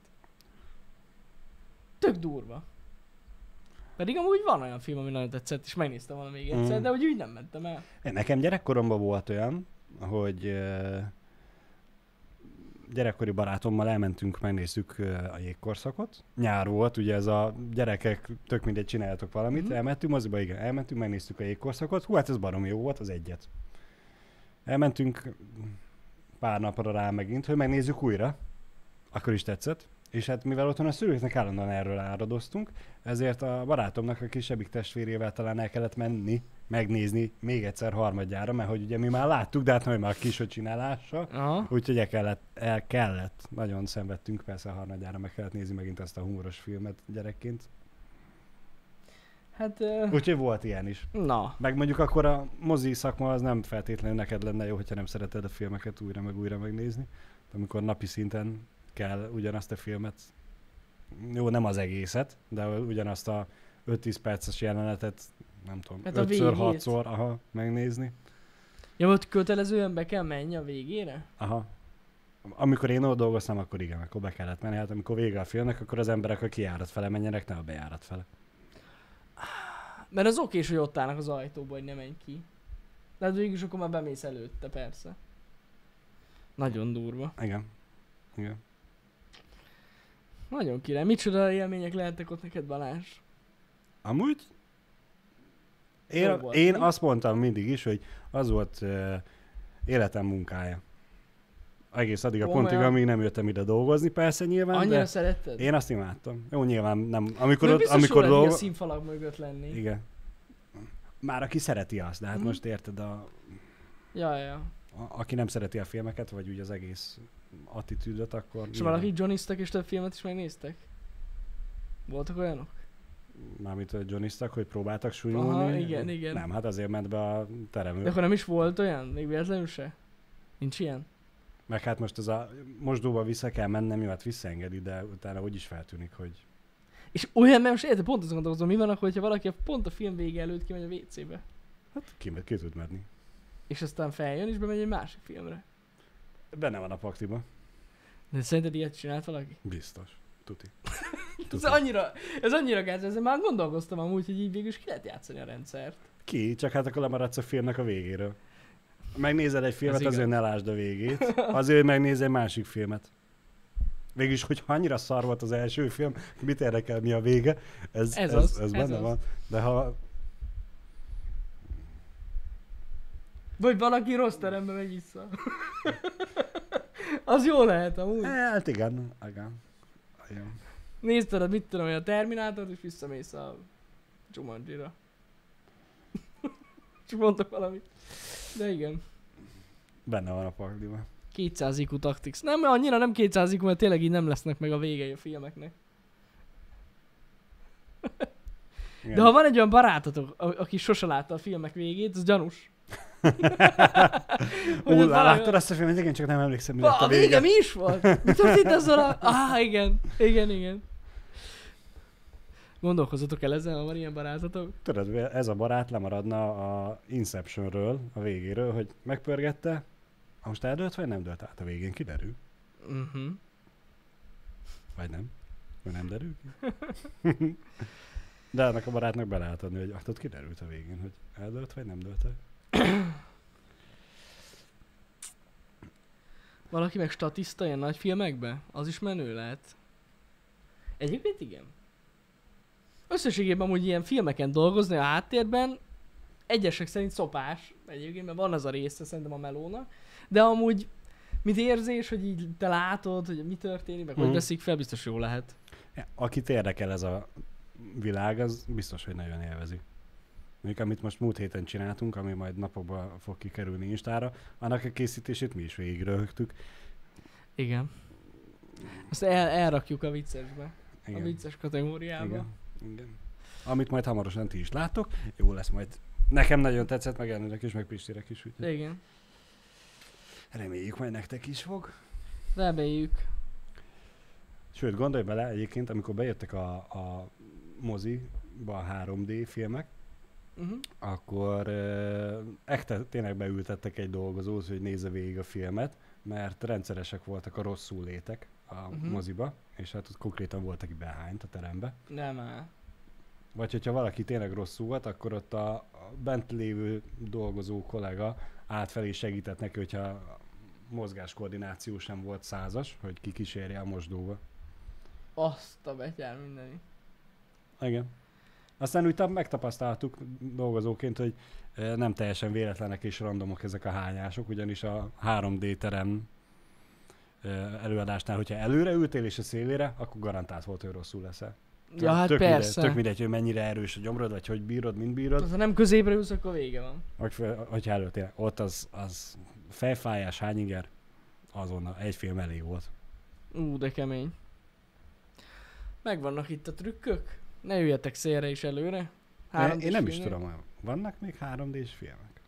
Tök durva. Pedig amúgy van olyan film, ami nagyon tetszett, és megnéztem volna még egyszer, Mm. de úgy úgy nem mentem el. Nekem gyerekkoromban volt olyan, hogy ö, gyerekkori barátommal elmentünk, megnéztük ö, a jégkorszakot. Nyár volt, ugye ez a gyerekek, tök mindegy, csináljatok valamit. Mhm. Elmentünk moziba, igen, elmentünk, megnéztük a jégkorszakot. Hú, hát ez baromi jó volt, az egyet. Elmentünk pár napra rá megint, hogy megnézzük újra. Akkor is tetszett. És hát mivel otthon a szülőknek állandóan erről áradoztunk, ezért a barátomnak a kisebbik testvérével talán el kellett menni, megnézni még egyszer harmadjára, mert hogy ugye mi már láttuk, de hát nagyon már kis csinálása, Aha. úgyhogy el kellett, el kellett, nagyon szenvedtünk, persze harmadjára meg kellett nézni megint azt a humoros filmet gyerekként. Hát, uh, Úgyhogy volt ilyen is. na. Meg mondjuk akkor a mozi szakma az nem feltétlenül neked lenne jó, hogyha nem szereted a filmeket újra meg újra megnézni. De amikor napi szinten kell ugyanazt a filmet, jó, nem az egészet, de ugyanazt a öt-tíz perces jelenetet, nem tudom, Hát a ötször, végét. hatszor, aha, megnézni. Ja, hogy kötelezően be kell menni a végére? Aha. Amikor én ott dolgoztam, akkor igen, akkor be kellett menni. Hát amikor vége a filmnek, akkor az emberek a kijárat fele menjenek, ne a bejárat fele. Mert az okés, hogy ott állnak az ajtóba, hogy ne menj ki. De hát végülis akkor már bemész előtte, persze. Nagyon durva. Igen. Igen. Nagyon király. Micsoda élmények lehettek ott neked, Balázs? Amúgy Jó én, volt, én mi? azt mondtam mindig is, hogy az volt uh, életem munkája. Egész addig a Komolyan? pontig, amíg nem jöttem ide dolgozni, persze nyilván, Annyira de szeretted? én azt imádtam. Jó, nyilván nem. Amikor, De ott, biztos amikor jól lehet így a dolgo... színfalak mögött lenni. Igen. Már aki szereti azt, de hát Mhm. most érted, a, Ja, ja. a, aki nem szereti a filmeket, vagy úgy az egész attitűdöt, akkor... És nyilván- valakik Johnny-ztak és több filmet is megnéztek? Voltak olyanok? Mármint a Johnny-ztak, hogy próbáltak súlyulni. Aha, igen, igen. Nem, hát azért ment be a teremő. De akkor nem is volt olyan? Még véletlenül se? Nincs ilyen? Meg hát most az a mosdóba vissza kell mennem, jó, hát visszaengedi, de utána úgy is feltűnik, hogy És olyan, mert most érted, pont azon gondolkozom, mi van akkor, hogyha valaki pont a film vége előtt kimegy a vé cébe? hát ki, ki tud menni. és aztán feljön, és bemegy egy másik filmre. Benne van a pakliba. De szerinted ilyet csinált valaki? Biztos. Tuti. Ez Tuti. annyira, ez annyira gáz, ezzel már gondolkoztam amúgy, hogy így végül is ki lehet játszani a rendszert. Ki? Csak hát akkor lemaradsz a filmnek a végéről. Megnézed egy filmet, Ez azért igaz. ne lásd a végét. Azért megnézz egy másik filmet. Végülis, hogy annyira szar volt az első film, mit érdekel, mi a vége, ez, Ez ez, az, ez, ez ez benne az. van. De ha... Vagy valaki rossz terembe megy vissza. Az jó lehet amúgy. Hát igen, igen. igen. Nézted, mit tudom, hogy a Terminátort, és visszamész a Jumanji-ra. Csak mondok valamit. De igen. Benne van a pakliban. kétszáz i kú Tactics. Nem, annyira nem kétszáz i kú, mert tényleg így nem lesznek meg a végei a filmeknek. Igen. De ha van egy olyan barátotok, a- aki sose látta a filmek végét, az gyanús. Ó, Hogy az láttad valami- azt a filmet? Igen, csak nem emlékszem, mi Ba, lett a a vége vége. mi is volt? Mi történt azzal a... Ah, igen. Igen, igen. Gondolkozzatok el ezen, ha van ilyen barátotok? Tudod, ez a barát lemaradna a Inceptionről, a végéről, hogy megpörgette, most eldőlt, vagy nem dőlt át a végén, kiderül. Mhm. Vagy nem. Vagy nem derül ki. De annak a barátnak be lehet adni, hogy ott kiderült a végén, hogy eldőlt, vagy nem dőlt el. Valaki meg statiszta ilyen nagy filmekbe? Az is menő lehet. Egyébként igen. Összességében amúgy ilyen filmeken dolgozni a háttérben egyesek szerint szopás. Egyébként, mert van az a része szerintem a melónak. De amúgy, mint érzés, hogy így te látod, hogy mi történik, meg Mhm. hogy veszik fel, biztos jó lehet. Akit érdekel ez a világ, az biztos, hogy nagyon élvezi. Mondjuk, amit most múlt héten csináltunk, ami majd napokban fog kikerülni Instára, annak a készítését mi is végig röhögtük. Igen. Azt el, elrakjuk a viccesbe. Igen. A vicces kategóriába. Igen. Igen. Amit majd hamarosan ti is láttok, jó lesz majd. Nekem nagyon tetszett, meg Ernőnek is, meg Pistirek is, úgyhogy Igen. reméljük majd nektek is fog. Reméljük. Sőt, gondolj bele egyébként, amikor bejöttek a, a moziba a három dé filmek, Uh-huh. akkor uh, ekte tényleg beültettek egy dolgozót, hogy nézze végig a filmet, mert rendszeresek voltak a rosszul létek a Mhm. moziba, és hát ott konkrétan volt, aki behányt a terembe. Nem áll. Vagy hogyha valaki tényleg rosszul volt, akkor ott a, a bent lévő dolgozó kollega állt fel és segített neki, hogyha a mozgáskoordináció sem volt százas, hogy kikísérje a mosdóba. Azt a betyár mindenit. Igen. Aztán úgy tam- megtapasztaltuk dolgozóként, hogy eh, nem teljesen véletlenek és randomok ezek a hányások, ugyanis a három dé terem eh, előadásnál, hogyha előre ültél és a szélére, akkor garantált volt, hogy rosszul leszel. Ja, hát tök persze. Mindegy, tök mindegy, hogy mennyire erős a gyomrod, vagy hogy bírod, mind bírod. Ha nem középre ülsz, akkor vége van. Vagy fel- hogyha előttél, ott az, az fejfájás, hányinger, azonnal egy film elég volt. Ú, de kemény. Megvannak itt a trükkök. Ne üljetek szélre is előre. Én, én nem is filmnél. tudom, vannak még három dés filmek?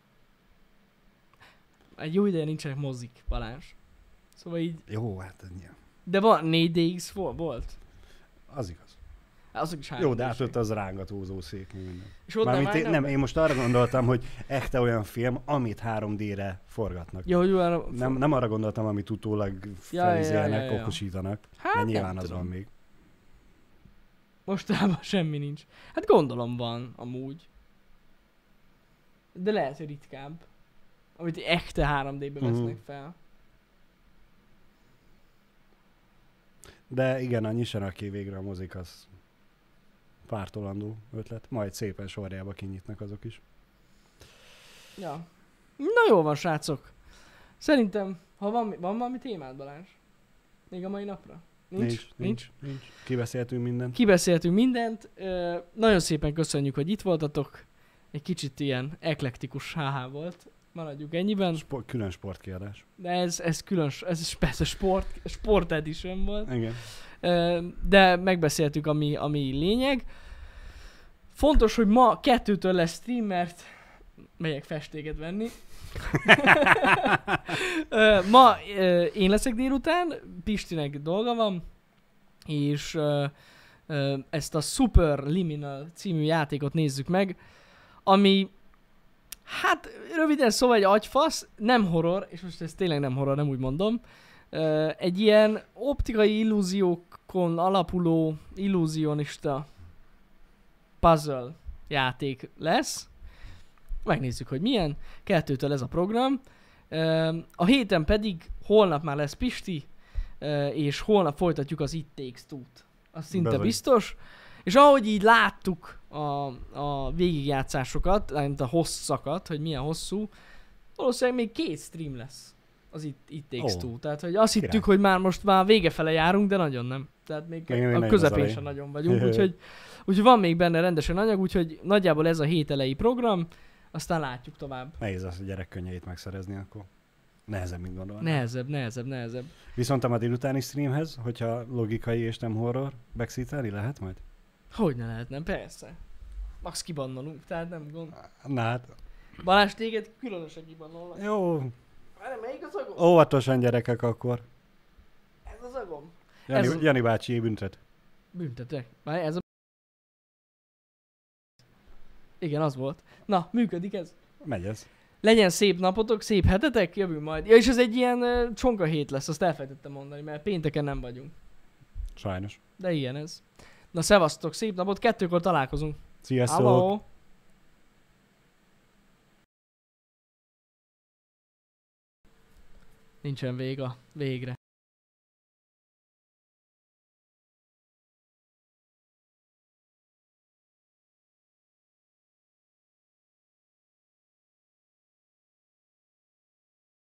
Egy jó ideje nincsenek mozik, Balázs. Szóval így... Jó, hát ennyi. De van négy dé iksz vo- volt. Az igaz. Hát azok is Jó, de hát három dé-sek. ott az rángatózó szék, mi minden. És ott Mármint nem, én, nem, én most arra gondoltam, hogy ekte olyan film, amit három dé-re forgatnak. Jó, hogy olyan... Nem, nem arra gondoltam, amit utólag Ja, ja, ja, felizélnek, ja, ja. okosítanak. Hát Mert nem nyilván az tudom. van még. Mostában semmi nincs. Hát gondolom van, amúgy. De lehet, hogy ritkább. Amit ekte három dé-be Mhm. vesznek fel. De igen, a nyissanak ki végre a mozik, az pártolandó ötlet. Majd szépen sorjába kinyitnak azok is. Ja. Na jó van, srácok. Szerintem, ha van, van valami témád, Balázs? Még a mai napra? Nincs? Nincs. nincs, nincs. Kibeszéltünk mindent. Kibeszéltünk mindent. Ö, nagyon szépen köszönjük, hogy itt voltatok. Egy kicsit ilyen eklektikus háhá volt. Maradjuk ennyiben. Spo- külön sportkiadás. De ez, ez külön, ez persze sport, sport edition volt. Igen. Ö, de megbeszéltük, ami, ami lényeg. Fontos, hogy ma kettőtől lesz stream, mert megyek festéket venni. Ö, ma ö, én leszek délután, Pistinek dolga van, és ö, ö, ezt a Super Liminal című játékot nézzük meg, ami Hát röviden szóval egy agyfasz, nem horror, és most ez tényleg nem horror, nem úgy mondom. Ö, egy ilyen optikai illúziókon alapuló illúzionista puzzle játék lesz. Megnézzük, hogy milyen. Kettőtől ez a program. Ö, a héten pedig holnap már lesz Pisti, ö, és holnap folytatjuk az It Takes Two-t. Az szinte Bezony. biztos. És ahogy így láttuk a, a végigjátszásokat, mint a hosszakat, hogy milyen hosszú, valószínűleg még két stream lesz az It, It Takes Ó, Two. Tehát, hogy azt király. hittük, hogy már most már vége fele járunk, de nagyon nem. Tehát még, Még a nagyon közepén az sem elején. nagyon vagyunk, úgyhogy, úgyhogy van még benne rendesen anyag, úgyhogy nagyjából ez a hét elejé program, aztán látjuk tovább. Nehéz az, hogy gyerek könnyeit megszerezni akkor. Nehezebb, mint gondolom. Nehezebb, nehezebb, nehezebb. Viszont a ma délutáni streamhez, hogyha logikai és nem horror, backseatelni lehet majd? Hogy ne lehetne, persze. Max kibannolunk, tehát nem gond. Na hát, Balázs, téged különösen kibannolnak. jó, Várj, melyik az agom? óvatosan gyerekek akkor. Ez az agom. Jani, Ez- Jani bácsi büntet. Büntetek. Várj, ez a... Igen, az volt. Na, működik ez. Megy ez. Legyen szép napotok, szép hetetek, jövünk majd. Ja, és ez egy ilyen uh, csonka hét lesz, azt elfelejtettem mondani, mert pénteken nem vagyunk. Sajnos. De ilyen ez. Na, szevasztok, szép napot, kettőkor találkozunk. Sziasztok! Hello. Nincsen vége, végre.